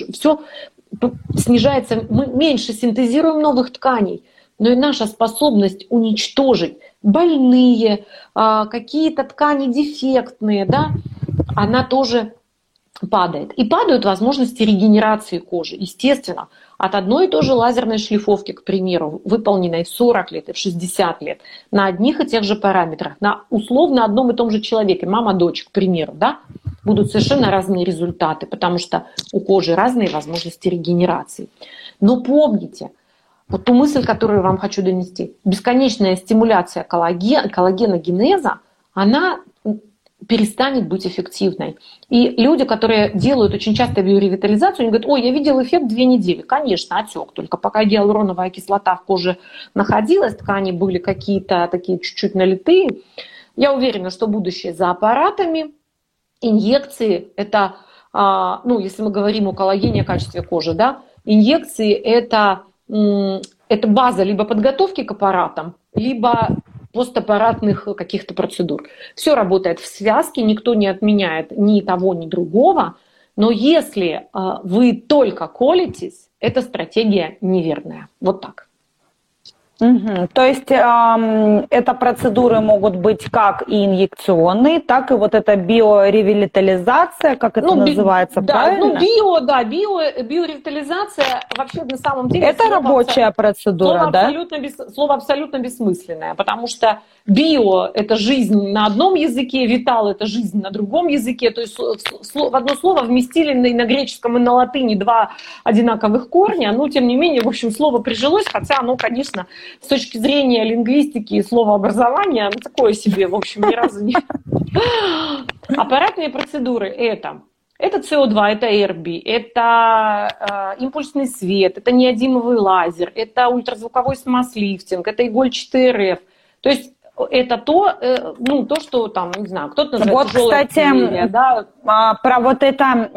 снижается, мы меньше синтезируем новых тканей, но и наша способность уничтожить больные, какие-то ткани дефектные, да, она тоже падает. И падают возможности регенерации кожи. Естественно, от одной и той же лазерной шлифовки, к примеру, выполненной в 40 лет и в 60 лет, на одних и тех же параметрах, на условно одном и том же человеке, мама-дочь, к примеру, да, будут совершенно разные результаты, потому что у кожи разные возможности регенерации. Но помните, вот ту мысль, которую я вам хочу донести, бесконечная стимуляция коллагеногенеза, она перестанет быть эффективной. И люди, которые делают очень часто биоревитализацию, они говорят: ой, я видел эффект 2 недели. Конечно, отек. Только пока гиалуроновая кислота в коже находилась, ткани были какие-то такие чуть-чуть налитые. Я уверена, что будущее за аппаратами. Инъекции – это, если мы говорим о коллагене, о качестве кожи, да, инъекции – это база либо подготовки к аппаратам, либо постаппаратных каких-то процедур. Все работает в связке, никто не отменяет ни того, ни другого. Но если вы только колитесь, эта стратегия неверная. Вот так. Угу. То есть это процедуры могут быть как и инъекционные, так и вот эта биоревитализация, как это называется, правильно? Биоревитализация вообще на самом деле... Это рабочая процедура, да? Слово абсолютно бессмысленное, потому что био – это жизнь на одном языке, витал – это жизнь на другом языке, то есть в одно слово вместили на греческом и на латыни 2 одинаковых корня, но тем не менее, в общем, слово прижилось, хотя оно, конечно, с точки зрения лингвистики и словообразования, такое себе, в общем, ни разу не... Аппаратные процедуры – это Это СО2, это ЭРБИ, это импульсный свет, это неодимовый лазер, это ультразвуковой смаз-лифтинг, это игольчатый РФ. То есть это то, то, что там, не знаю, кто-то называет вот, кстати, артиллерия, да? Про вот это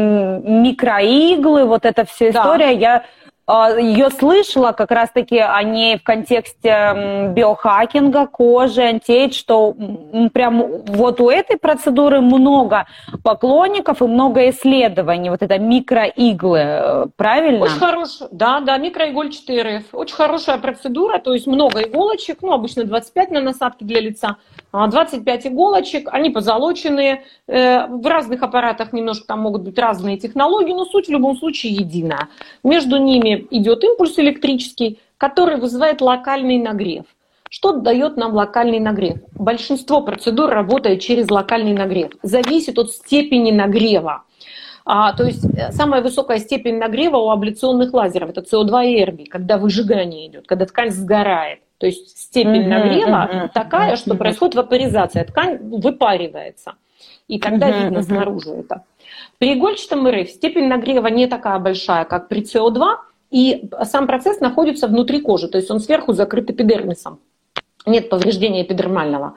микроиглы, вот эта вся история, я ее слышала как раз-таки о ней в контексте биохакинга, кожи, антиэйдж, что прям вот у этой процедуры много поклонников и много исследований. Вот это микроиглы, правильно? Очень хорошая, да, микроигольчатый РФ. Очень хорошая процедура, то есть много иголочек, обычно 25 на насадки для лица, 25 иголочек, они позолоченные, в разных аппаратах немножко там могут быть разные технологии, но суть в любом случае единая. Между ними идет импульс электрический, который вызывает локальный нагрев. Что дает нам локальный нагрев? Большинство процедур работает через локальный нагрев. Зависит от степени нагрева. То есть самая высокая степень нагрева у абляционных лазеров – это СО2 и ЭРБИ, когда выжигание идет, когда ткань сгорает. То есть степень нагрева такая, что происходит вапоризация, ткань выпаривается. И тогда видно снаружи это. При игольчатом РФ степень нагрева не такая большая, как при СО2, и сам процесс находится внутри кожи, то есть он сверху закрыт эпидермисом. Нет повреждения эпидермального.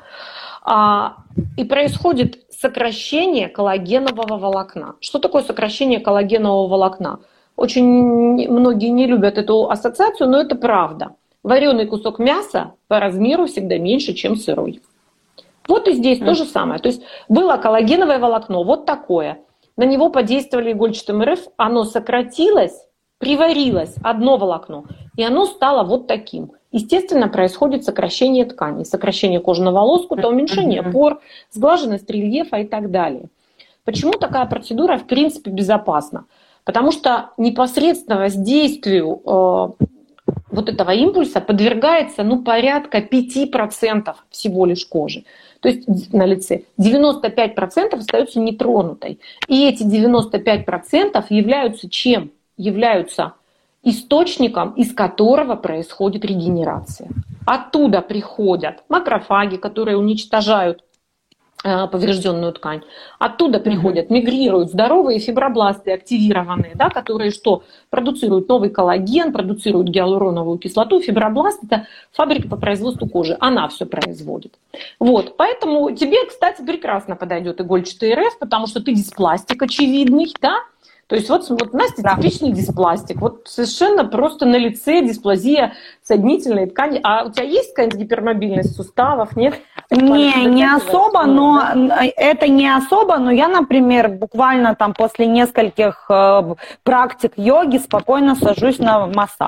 И происходит сокращение коллагенового волокна. Что такое сокращение коллагенового волокна? Очень многие не любят эту ассоциацию, но это правда. Вареный кусок мяса по размеру всегда меньше, чем сырой. Вот и здесь то же самое. То есть было коллагеновое волокно, вот такое. На него подействовали игольчатым РФ, оно сократилось, приварилось, одно волокно, и оно стало вот таким. Естественно, происходит сокращение тканей, сокращение кожного лоскута, уменьшение пор, сглаженность рельефа и так далее. Почему такая процедура в принципе безопасна? Потому что непосредственно воздействию вот этого импульса подвергается порядка 5% всего лишь кожи. То есть на лице 95% остается нетронутой. И эти 95% являются чем? Являются источником, из которого происходит регенерация. Оттуда приходят макрофаги, которые уничтожают поврежденную ткань. Оттуда приходят, мигрируют здоровые фибробласты активированные, да, которые что? Продуцируют новый коллаген, продуцируют гиалуроновую кислоту. Фибробласт – это фабрика по производству кожи. Она все производит. Вот. Поэтому тебе, кстати, прекрасно подойдет игольчатый РФ, потому что ты диспластик очевидный, да? То есть вот Настя типичный диспластик. Вот совершенно просто на лице дисплазия соединительной ткани. А у тебя есть какая-нибудь гипермобильность суставов, нет? Не особо, но это не особо, но я, например, буквально там после нескольких практик йоги спокойно сажусь на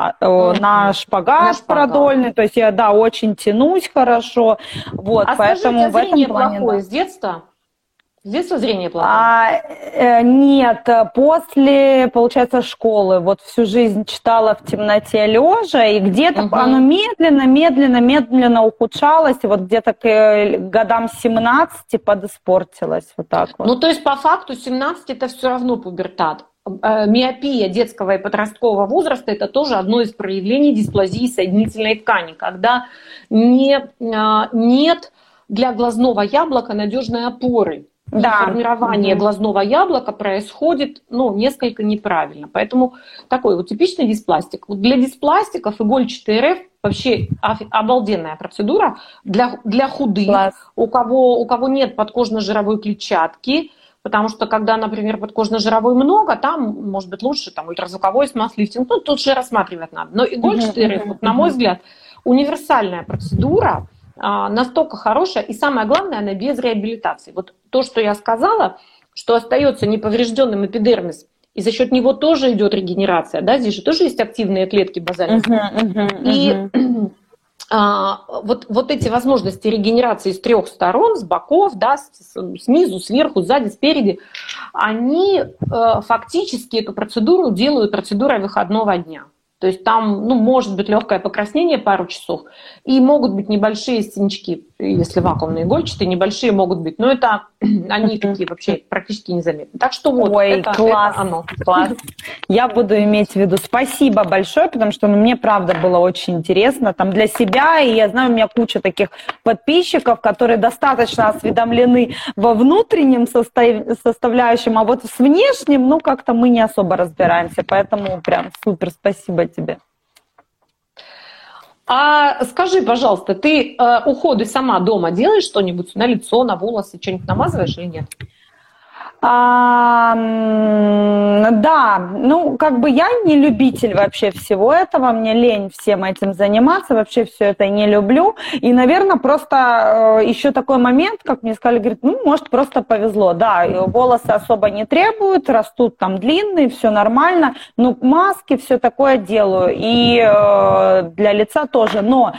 шпагат продольный, то есть я, очень тянусь хорошо, вот, поэтому в этом плане. Плохое с детства? С детства зрение плохое? Нет, после, получается, школы. Вот всю жизнь читала в темноте лежа, и где-то оно медленно ухудшалось, и вот где-то к годам 17 подиспортилось. Вот так вот. То есть по факту 17 это все равно пубертат. Миопия детского и подросткового возраста – это тоже одно из проявлений дисплазии соединительной ткани, когда нет для глазного яблока надежной опоры. Формирование глазного яблока происходит несколько неправильно. Поэтому такой вот типичный диспластик. Вот для диспластиков игольчатый РФ вообще обалденная процедура для худых, у кого нет подкожно-жировой клетчатки, потому что когда, например, подкожно-жировой много, там может быть лучше ультразвуковой смаз-лифтинг. Тут же рассматривать надо. Но игольчатый РФ, на мой взгляд, универсальная процедура, настолько хорошая, и самое главное, она без реабилитации. Вот то, что я сказала, что остается неповрежденным эпидермис, и за счет него тоже идет регенерация, да, здесь же тоже есть активные клетки базальных. И вот эти возможности регенерации с трех сторон, с боков, да, снизу, сверху, сзади, спереди, они фактически эту процедуру делают процедурой выходного дня. То есть там, может быть легкое покраснение пару часов, и могут быть небольшие синячки. если вакуумные игольчатые, небольшие могут быть, но это они такие вообще практически незаметны. Так что вот, ой, это оно. Класс. Я буду иметь в виду. Спасибо большое, потому что мне, правда, было очень интересно там для себя, и я знаю, у меня куча таких подписчиков, которые достаточно осведомлены во внутреннем составляющем, а вот с внешним, ну, как-то мы не особо разбираемся, поэтому прям супер, спасибо тебе. А скажи, пожалуйста, ты уходы сама дома делаешь что-нибудь на лицо, на волосы, что-нибудь намазываешь или нет? Да, ну, как бы я не любитель вообще всего этого, мне лень всем этим заниматься, вообще все это не люблю. И, наверное, просто еще такой момент, как мне сказали, говорит, ну, может, просто повезло. Да, волосы особо не требуют, растут там длинные, все нормально, ну, маски, все такое делаю. И для лица тоже, но...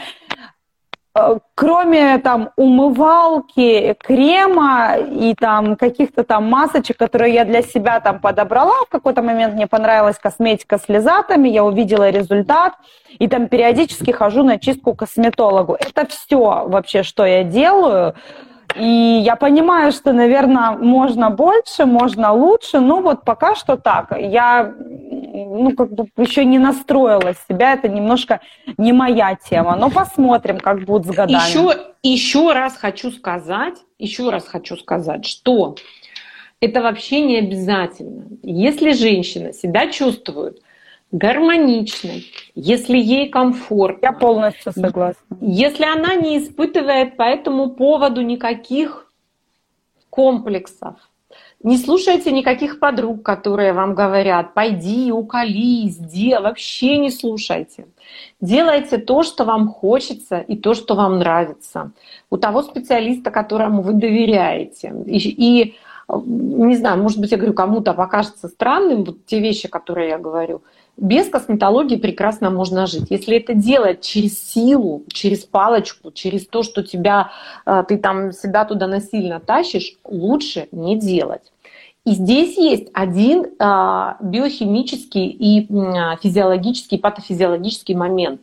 Кроме там умывалки, крема и там каких-то там масочек, которые я для себя там подобрала, в какой-то момент мне понравилась косметика с лизатами, я увидела результат, и там периодически хожу на чистку к косметологу. Это все вообще, что я делаю. И я понимаю, что, наверное, можно больше, можно лучше, но вот пока что так. Я, ну, как бы еще не настроила себя, это немножко не моя тема, но посмотрим, как будет с годами. Еще раз хочу сказать, что это вообще не обязательно. Если женщина себя чувствует гармоничной, если ей комфортно. Я полностью согласна. Если она не испытывает по этому поводу никаких комплексов, не слушайте никаких подруг, которые вам говорят, пойди, уколись, вообще не слушайте. Делайте то, что вам хочется и то, что вам нравится. У того специалиста, которому вы доверяете. И не знаю, может быть, я говорю, кому-то покажется странным, вот те вещи, которые я говорю. Без косметологии прекрасно можно жить. Если это делать через силу, через палочку, через то, что ты там себя туда насильно тащишь, лучше не делать. И здесь есть один биохимический и физиологический, патофизиологический момент.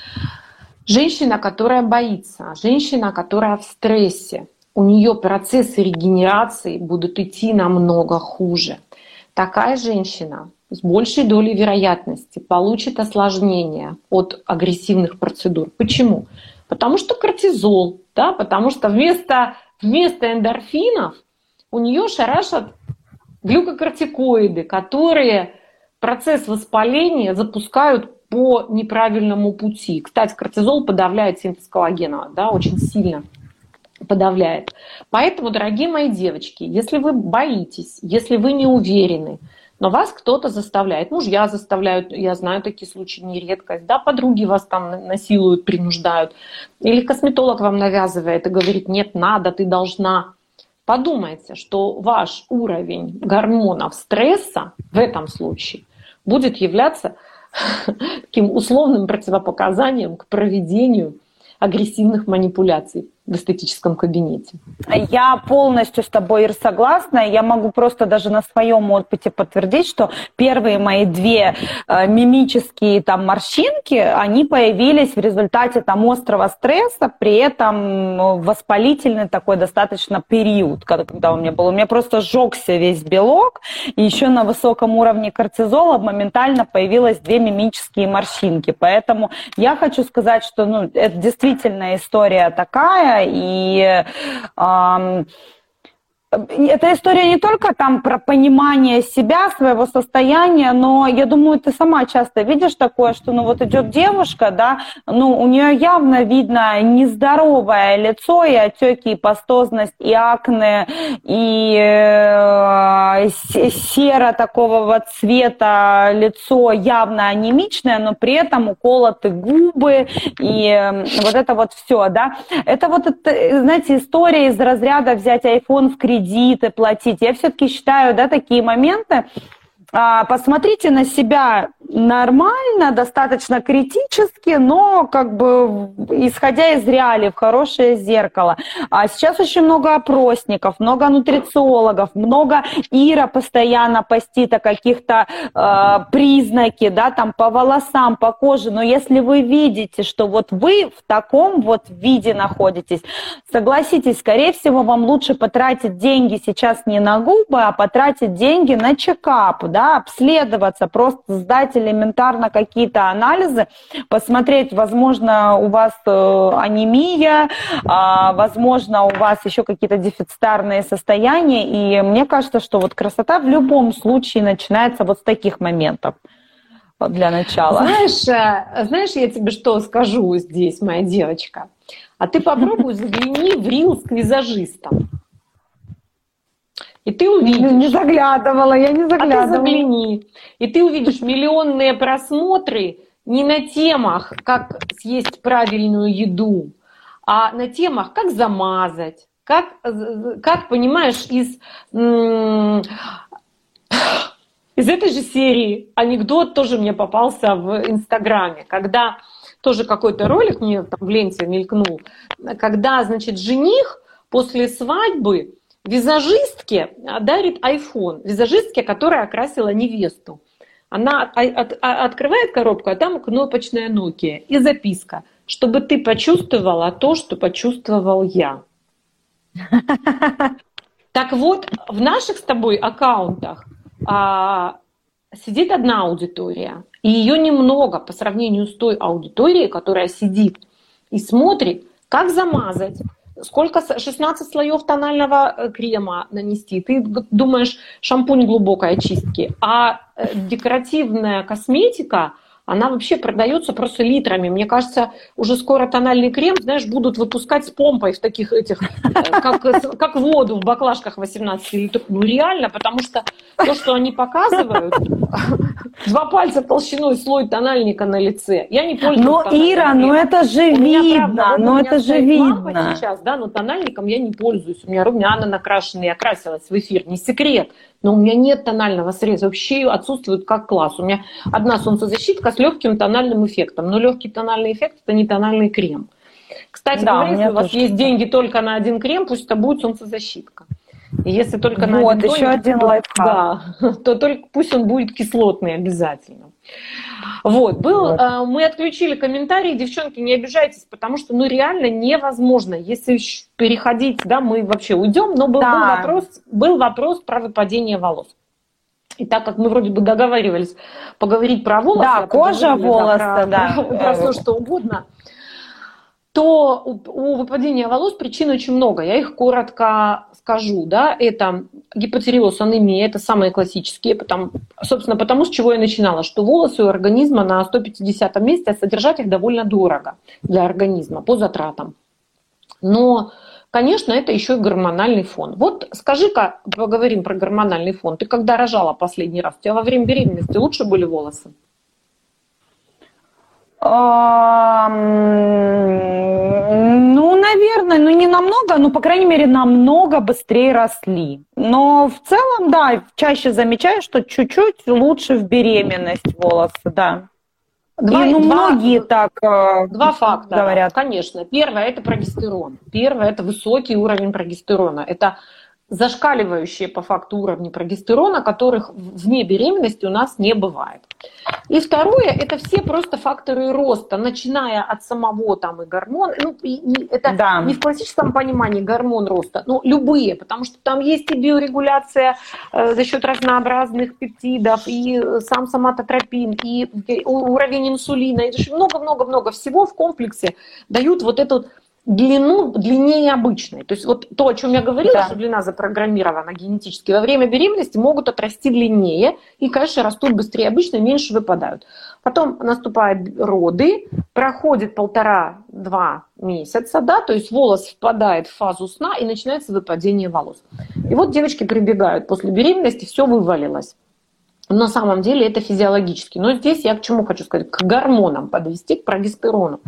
Женщина, которая боится, женщина, которая в стрессе, у нее процессы регенерации будут идти намного хуже. Такая женщина с большей долей вероятности получит осложнения от агрессивных процедур. Почему? Потому что кортизол, да, потому что вместо эндорфинов у нее шарашат глюкокортикоиды, которые процесс воспаления запускают по неправильному пути. Кстати, кортизол подавляет синтез коллагена, да, очень сильно подавляет. Поэтому, дорогие мои девочки, если вы боитесь, если вы не уверены, но вас кто-то заставляет, мужья заставляют, я знаю такие случаи, не редкость, да, подруги вас там насилуют, принуждают, или косметолог вам навязывает и говорит, нет, надо, ты должна. Подумайте, что ваш уровень гормонов стресса в этом случае будет являться таким условным противопоказанием к проведению агрессивных манипуляций в эстетическом кабинете. Я полностью с тобой, Ир, согласна. Я могу просто даже на своем опыте подтвердить, что первые мои 2 мимические там морщинки, они появились в результате там острого стресса, при этом воспалительный такой достаточно период, когда у меня просто сжегся весь белок, и еще на высоком уровне кортизола моментально появилось 2 мимические морщинки. Поэтому я хочу сказать, что это действительно история такая, и эта история не только там про понимание себя, своего состояния, но я думаю, ты сама часто видишь такое, что вот идет девушка, да, у нее явно видно нездоровое лицо, и отеки, и пастозность, и акне, и серо такого вот цвета лицо явно анемичное, но при этом уколоты губы, и вот это вот все, да. Это вот, знаете, история из разряда взять iPhone в кредиты платить. Я все-таки считаю, да, такие моменты, посмотрите на себя нормально, достаточно критически, но как бы исходя из реалий, в хорошее зеркало. А сейчас очень много опросников, много нутрициологов, много Ира постоянно постит о каких-то признаки, да, там по волосам, по коже. Но если вы видите, что вот вы в таком вот виде находитесь, согласитесь, скорее всего, вам лучше потратить деньги сейчас не на губы, а потратить деньги на чекап, да, обследоваться, просто сдать элементарно какие-то анализы, посмотреть, возможно, у вас анемия, возможно, у вас еще какие-то дефицитарные состояния, и мне кажется, что вот красота в любом случае начинается вот с таких моментов для начала. Знаешь, я тебе что скажу здесь, моя девочка? А ты попробуй загляни в рилс к визажистам. И ты увидишь... Не заглядывала, я не заглядывала. А ты загляни. И ты увидишь миллионные просмотры не на темах, как съесть правильную еду, а на темах, как замазать, как понимаешь, из этой же серии анекдот тоже мне попался в Инстаграме, когда тоже какой-то ролик мне там в ленте мелькнул, когда, значит, жених после свадьбы визажистке дарит iPhone, визажистке, которая окрасила невесту. Она открывает коробку, а там кнопочная Nokia и записка, чтобы ты почувствовала то, что почувствовал я. Так вот, в наших с тобой аккаунтах сидит одна аудитория, и ее немного по сравнению с той аудиторией, которая сидит и смотрит, как замазать, сколько 16 слоев тонального крема нанести. Ты думаешь, шампунь глубокой очистки, а декоративная косметика, она вообще продается просто литрами. Мне кажется, уже скоро тональный крем, знаешь, будут выпускать с помпой в таких этих, как воду в баклажках 18 литров. Ну реально, потому что то, что они показывают, 2 пальца толщиной слой тональника на лице. Я не пользуюсь тональником. Ира, ну это же видно, ну это же видно. Сейчас, да, но тональником я не пользуюсь. У меня румяна накрашенные, я красилась в эфир, не секрет. Но у меня нет тонального средства, вообще отсутствует как класс. У меня одна солнцезащитка с легким тональным эффектом. Но легкий тональный эффект – это не тональный крем. Кстати говоря, если у вас есть деньги только на один крем, пусть это будет солнцезащитка. И если только на один еще один лайфхак. Да, то только пусть он будет кислотный обязательно. Вот, мы отключили комментарии, девчонки, не обижайтесь, потому что, ну, реально невозможно. Если переходить, да, мы вообще уйдем, но был вопрос про выпадение волос. И так как мы вроде бы договаривались поговорить про волосы, да, кожа, волосы, про все что угодно, то у выпадения волос причин очень много. Я их коротко скажу. Да? Это гипотиреоз, анемия, это самые классические. Собственно, потому с чего я начинала, что волосы у организма на 150-м месте, а содержать их довольно дорого для организма по затратам. Но, конечно, это еще и гормональный фон. Вот скажи-ка, поговорим про гормональный фон. Ты когда рожала последний раз, у тебя во время беременности лучше были волосы? Ну, наверное, ну не намного, но, по крайней мере, намного быстрее росли. Но в целом, да, чаще замечаю, что чуть-чуть лучше в беременность волосы, да. Многие так два фактора, говорят. Конечно. Первое – это прогестерон. Первое – это высокий уровень прогестерона. Это зашкаливающие по факту уровни прогестерона, которых вне беременности у нас не бывает. И второе, это все просто факторы роста, начиная от самого там и гормона, это не в классическом понимании гормон роста, но любые, потому что там есть и биорегуляция за счет разнообразных пептидов, и сам соматотропин, и уровень инсулина, это же много-много-много всего в комплексе дают вот этот длину длиннее обычной. То есть вот то, о чем я говорила, что длина запрограммирована генетически, во время беременности могут отрасти длиннее и, конечно, растут быстрее обычно, меньше выпадают. Потом наступают роды, проходит 1,5-2 месяца, да, то есть волос впадает в фазу сна и начинается выпадение волос. И вот девочки прибегают после беременности, все вывалилось. На самом деле это физиологически. Но здесь я к чему хочу сказать? К гормонам подвести, к прогестерону.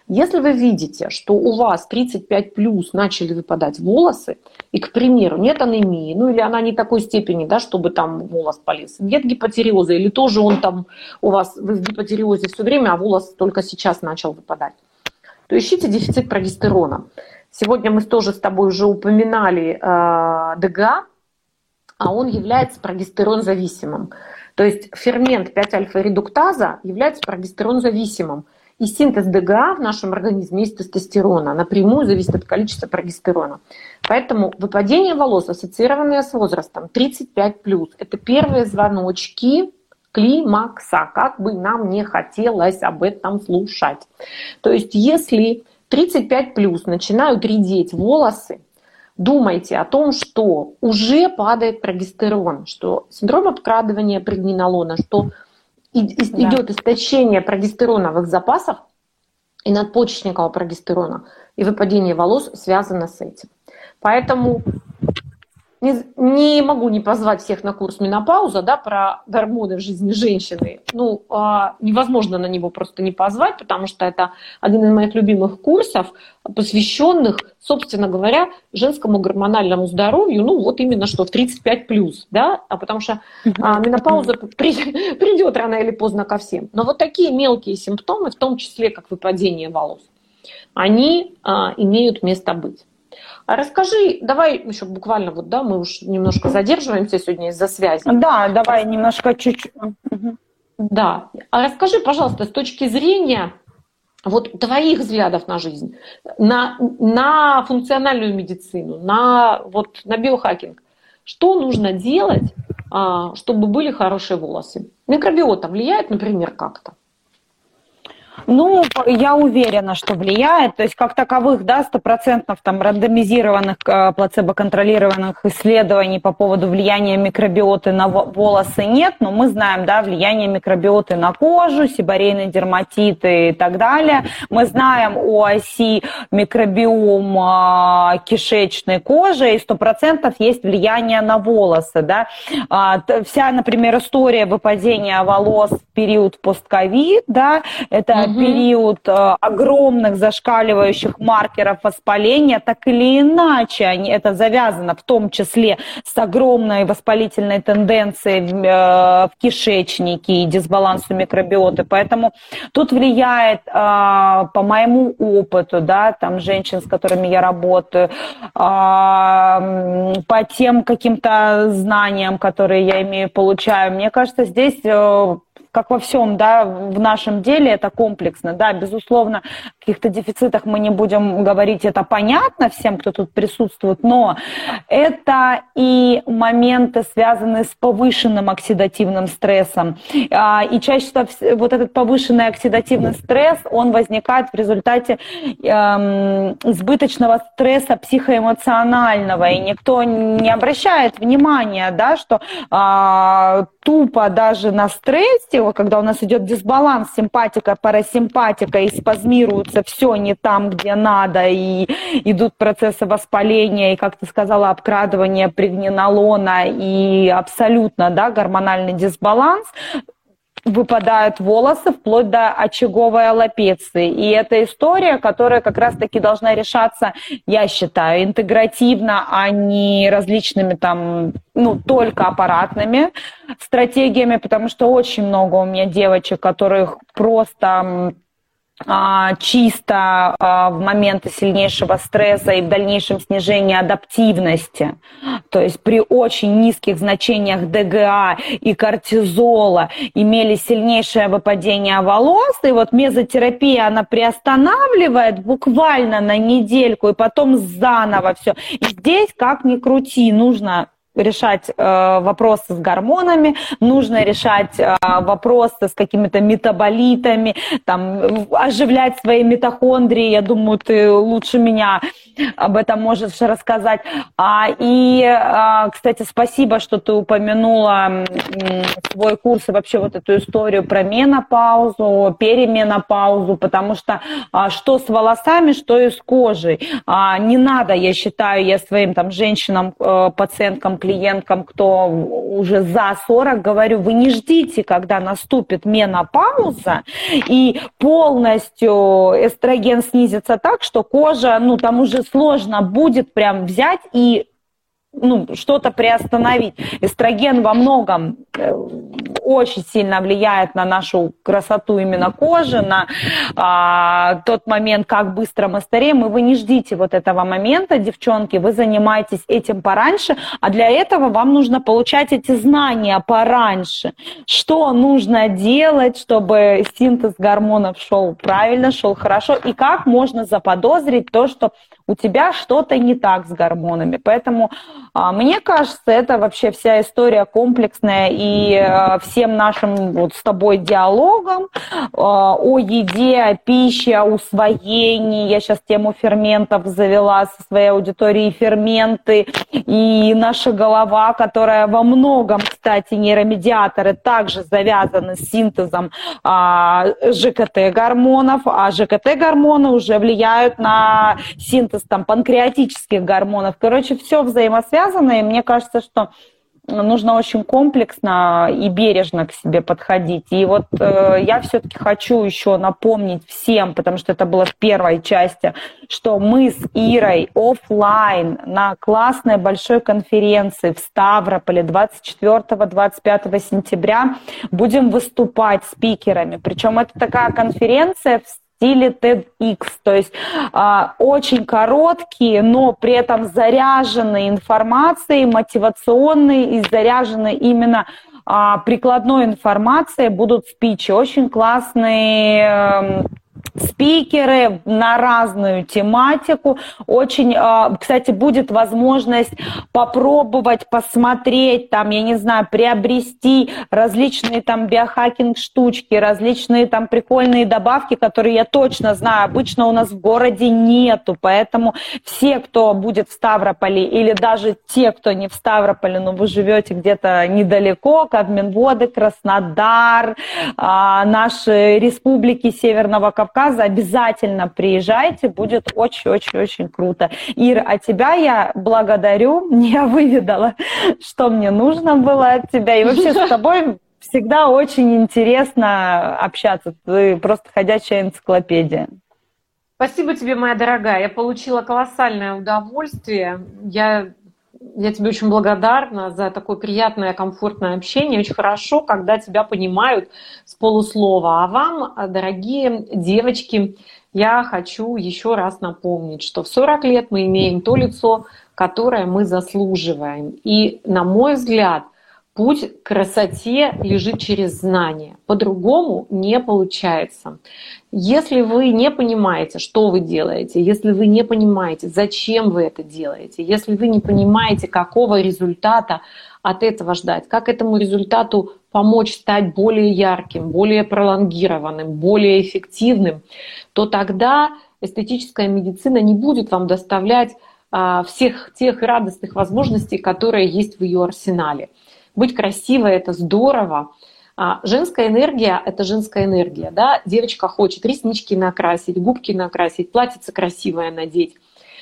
Если вы видите, что у вас 35 плюс начали выпадать волосы, и, к примеру, нет анемии, ну или она не такой степени, да, чтобы там волос полез, нет гипотиреоза, или тоже он там у вас, вы в гипотиреозе все время, а волос только сейчас начал выпадать, то ищите дефицит прогестерона. Сегодня мы тоже с тобой уже упоминали ДГА, а он является прогестерон-зависимым. То есть фермент 5-альфа-редуктаза является прогестерон-зависимым. И синтез ДГА в нашем организме из тестостерона напрямую зависит от количества прогестерона. Поэтому выпадение волос, ассоциированное с возрастом 35+, это первые звоночки климакса, как бы нам не хотелось об этом слушать. То есть если 35+ начинают редеть волосы, думайте о том, что уже падает прогестерон, что синдром обкрадывания преднинолона, что идет истощение прогестероновых запасов и надпочечникового прогестерона, и выпадение волос связано с этим. Поэтому не могу не позвать всех на курс «Менопауза», да, про гормоны в жизни женщины. Ну, невозможно на него просто не позвать, потому что это один из моих любимых курсов, посвященных, собственно говоря, женскому гормональному здоровью, ну, вот именно что в 35+, да, потому что менопауза придет рано или поздно ко всем. Но вот такие мелкие симптомы, в том числе как выпадение волос, они имеют место быть. А расскажи, давай еще буквально, вот, да, мы уж немножко задерживаемся сегодня из-за связи. Да, давай немножко чуть-чуть. Да, а расскажи, пожалуйста, с точки зрения вот твоих взглядов на жизнь, на функциональную медицину, на биохакинг, что нужно делать, чтобы были хорошие волосы? Микробиота влияет, например, как-то? Ну, я уверена, что влияет. То есть, как таковых, да, 100% там рандомизированных, плацебо-контролированных исследований по поводу влияния микробиоты на волосы нет, но мы знаем, да, влияние микробиоты на кожу, сибарейный дерматит и так далее. Мы знаем о оси микробиом кишечной кожи, и 100% есть влияние на волосы, да. Вся, например, история выпадения волос в период постковид, да, это период огромных зашкаливающих маркеров воспаления, так или иначе это завязано в том числе с огромной воспалительной тенденцией в кишечнике и дисбалансу микробиоты. Поэтому тут влияет, по моему опыту, да, там женщин, с которыми я работаю, по тем каким-то знаниям, которые я имею, получаю, мне кажется, здесь как во всем, да, в нашем деле это комплексно, да, безусловно, о каких-то дефицитах мы не будем говорить, это понятно всем, кто тут присутствует, но это и моменты, связанные с повышенным оксидативным стрессом, и чаще всего вот этот повышенный оксидативный стресс, он возникает в результате избыточного стресса психоэмоционального, и никто не обращает внимания, да, что тупо даже на стрессе, когда у нас идет дисбаланс симпатика, парасимпатика, и спазмируется все не там, где надо, и идут процессы воспаления, и, как ты сказала, обкрадывание прегнинолона, и абсолютно, да, гормональный дисбаланс, выпадают волосы вплоть до очаговой аллопеции. И это история, которая как раз-таки должна решаться, я считаю, интегративно, а не различными там, ну, только аппаратными стратегиями, потому что очень много у меня девочек, которых просто чисто в моменты сильнейшего стресса и в дальнейшем снижении адаптивности, то есть при очень низких значениях ДГА и кортизола имели сильнейшее выпадение волос, и вот мезотерапия, она приостанавливает буквально на недельку, и потом заново все. И здесь, как ни крути, нужно решать вопросы с гормонами, нужно решать вопросы с какими-то метаболитами, там, оживлять свои митохондрии. Я думаю, ты лучше меня об этом можешь рассказать. Кстати, спасибо, что ты упомянула свой курс и вообще вот эту историю про менопаузу, перименопаузу, потому что что с волосами, что и с кожей. Не надо, я считаю, я своим там женщинам, пациенткам, клиенткам, кто уже за 40, говорю, вы не ждите, когда наступит менопауза, и полностью эстроген снизится так, что кожа, ну, там уже сложно будет прям взять и что-то приостановить. Эстроген во многом очень сильно влияет на нашу красоту именно кожи, на тот момент, как быстро мы стареем, и вы не ждите вот этого момента, девчонки, вы занимаетесь этим пораньше, а для этого вам нужно получать эти знания пораньше. Что нужно делать, чтобы синтез гормонов шел правильно, шел хорошо, и как можно заподозрить то, что у тебя что-то не так с гормонами. Поэтому мне кажется, это вообще вся история комплексная, и всем нашим вот с тобой диалогом о еде, о пище, о усвоении. Я сейчас тему ферментов завела со своей аудиторией. Ферменты и наша голова, которая во многом, кстати, нейромедиаторы также завязаны с синтезом ЖКТ-гормонов, а ЖКТ-гормоны уже влияют на синтез там панкреатических гормонов. Короче, все взаимосвязано, и мне кажется, что нужно очень комплексно и бережно к себе подходить. И вот я все-таки хочу еще напомнить всем, потому что это было в первой части, что мы с Ирой офлайн на классной большой конференции в Ставрополе 24-25 сентября будем выступать спикерами. Причем это такая конференция в стиле TEDx, то есть очень короткие, но при этом заряженные информацией, мотивационные и заряженные именно прикладной информацией будут спичи. Очень классные спикеры на разную тематику. Очень, кстати, будет возможность попробовать, посмотреть, там, я не знаю, приобрести различные там биохакинг-штучки, различные там прикольные добавки, которые я точно знаю, обычно у нас в городе нету. Поэтому все, кто будет в Ставрополе, или даже те, кто не в Ставрополе, но вы живете где-то недалеко, Кадминводы, Краснодар, наши республики Северного Кавказа, обязательно приезжайте, будет очень-очень-очень круто. Ир, а тебя я благодарю, я выведала, что мне нужно было от тебя, и вообще с тобой всегда очень интересно общаться, ты просто ходячая энциклопедия. Спасибо тебе, моя дорогая, я получила колоссальное удовольствие, я тебе очень благодарна за такое приятное, комфортное общение. Очень хорошо, когда тебя понимают с полуслова. А вам, дорогие девочки, я хочу еще раз напомнить, что в 40 лет мы имеем то лицо, которое мы заслуживаем. И, на мой взгляд, путь к красоте лежит через знания. По-другому не получается. Если вы не понимаете, что вы делаете, если вы не понимаете, зачем вы это делаете, если вы не понимаете, какого результата от этого ждать, как этому результату помочь стать более ярким, более пролонгированным, более эффективным, то тогда эстетическая медицина не будет вам доставлять всех тех радостных возможностей, которые есть в ее арсенале. Быть красивой – это здорово. Женская энергия – это женская энергия. Да? Девочка хочет реснички накрасить, губки накрасить, платьице красивое надеть.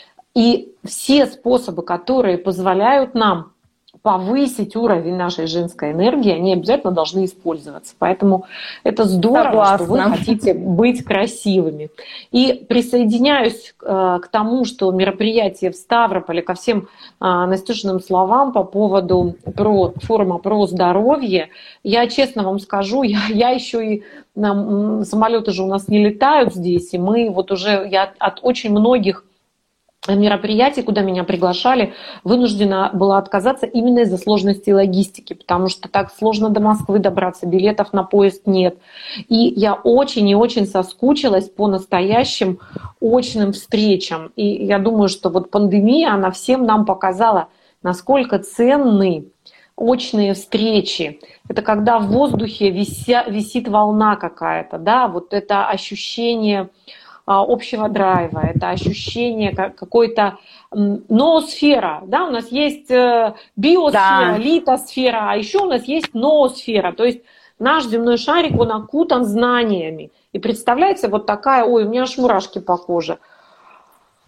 И все способы, которые позволяют нам повысить уровень нашей женской энергии, они обязательно должны использоваться. Поэтому это здорово, Согласна. Что вы хотите быть красивыми. И присоединяюсь к тому, что мероприятие в Ставрополе, ко всем Настюшиным словам по поводу форума про здоровье. Я честно вам скажу, я еще и самолеты же у нас не летают здесь, и мы вот уже, я от очень многих мероприятий, куда меня приглашали, вынуждена была отказаться именно из-за сложности логистики, потому что так сложно до Москвы добраться, билетов на поезд нет. И я очень и очень соскучилась по настоящим очным встречам. И я думаю, что вот пандемия, она всем нам показала, насколько ценны очные встречи. Это когда в воздухе висит волна какая-то, да, вот это ощущение общего драйва, это ощущение какой-то ноосфера, да, у нас есть биосфера, литосфера, а еще у нас есть ноосфера, то есть наш земной шарик, он окутан знаниями, и представляете, вот такая, ой, у меня аж мурашки по коже,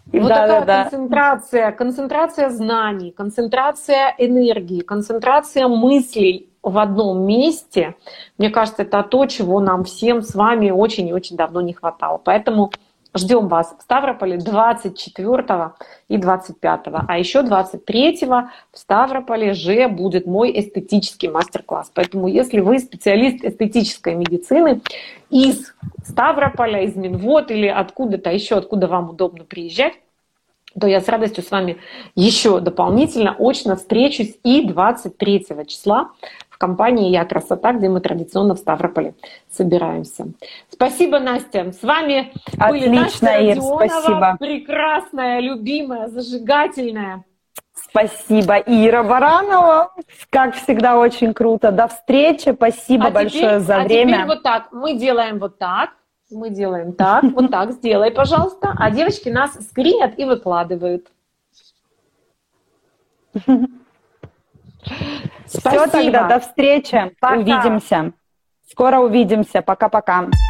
Вот такая концентрация знаний, концентрация энергии, концентрация мыслей в одном месте, мне кажется, это то, чего нам всем с вами очень и очень давно не хватало. Поэтому ждем вас в Ставрополе 24 и 25. А еще 23 в Ставрополе же будет мой эстетический мастер-класс. Поэтому если вы специалист эстетической медицины из Ставрополя, из Минвод или откуда-то еще, откуда вам удобно приезжать, то я с радостью с вами еще дополнительно очно встречусь и 23 числа в компании «Я красота», где мы традиционно в Ставрополе собираемся. Спасибо, Настя. С вами были Настя Родионова, спасибо. Прекрасная, любимая, зажигательная. Спасибо, Ира Баранова. Как всегда, очень круто. До встречи. Спасибо большое за время. Теперь вот так. Мы делаем вот так. Мы делаем так. Вот так сделай, пожалуйста. А девочки нас скринят и выкладывают. Все, тогда до встречи. Пока. Увидимся. Скоро увидимся. Пока-пока.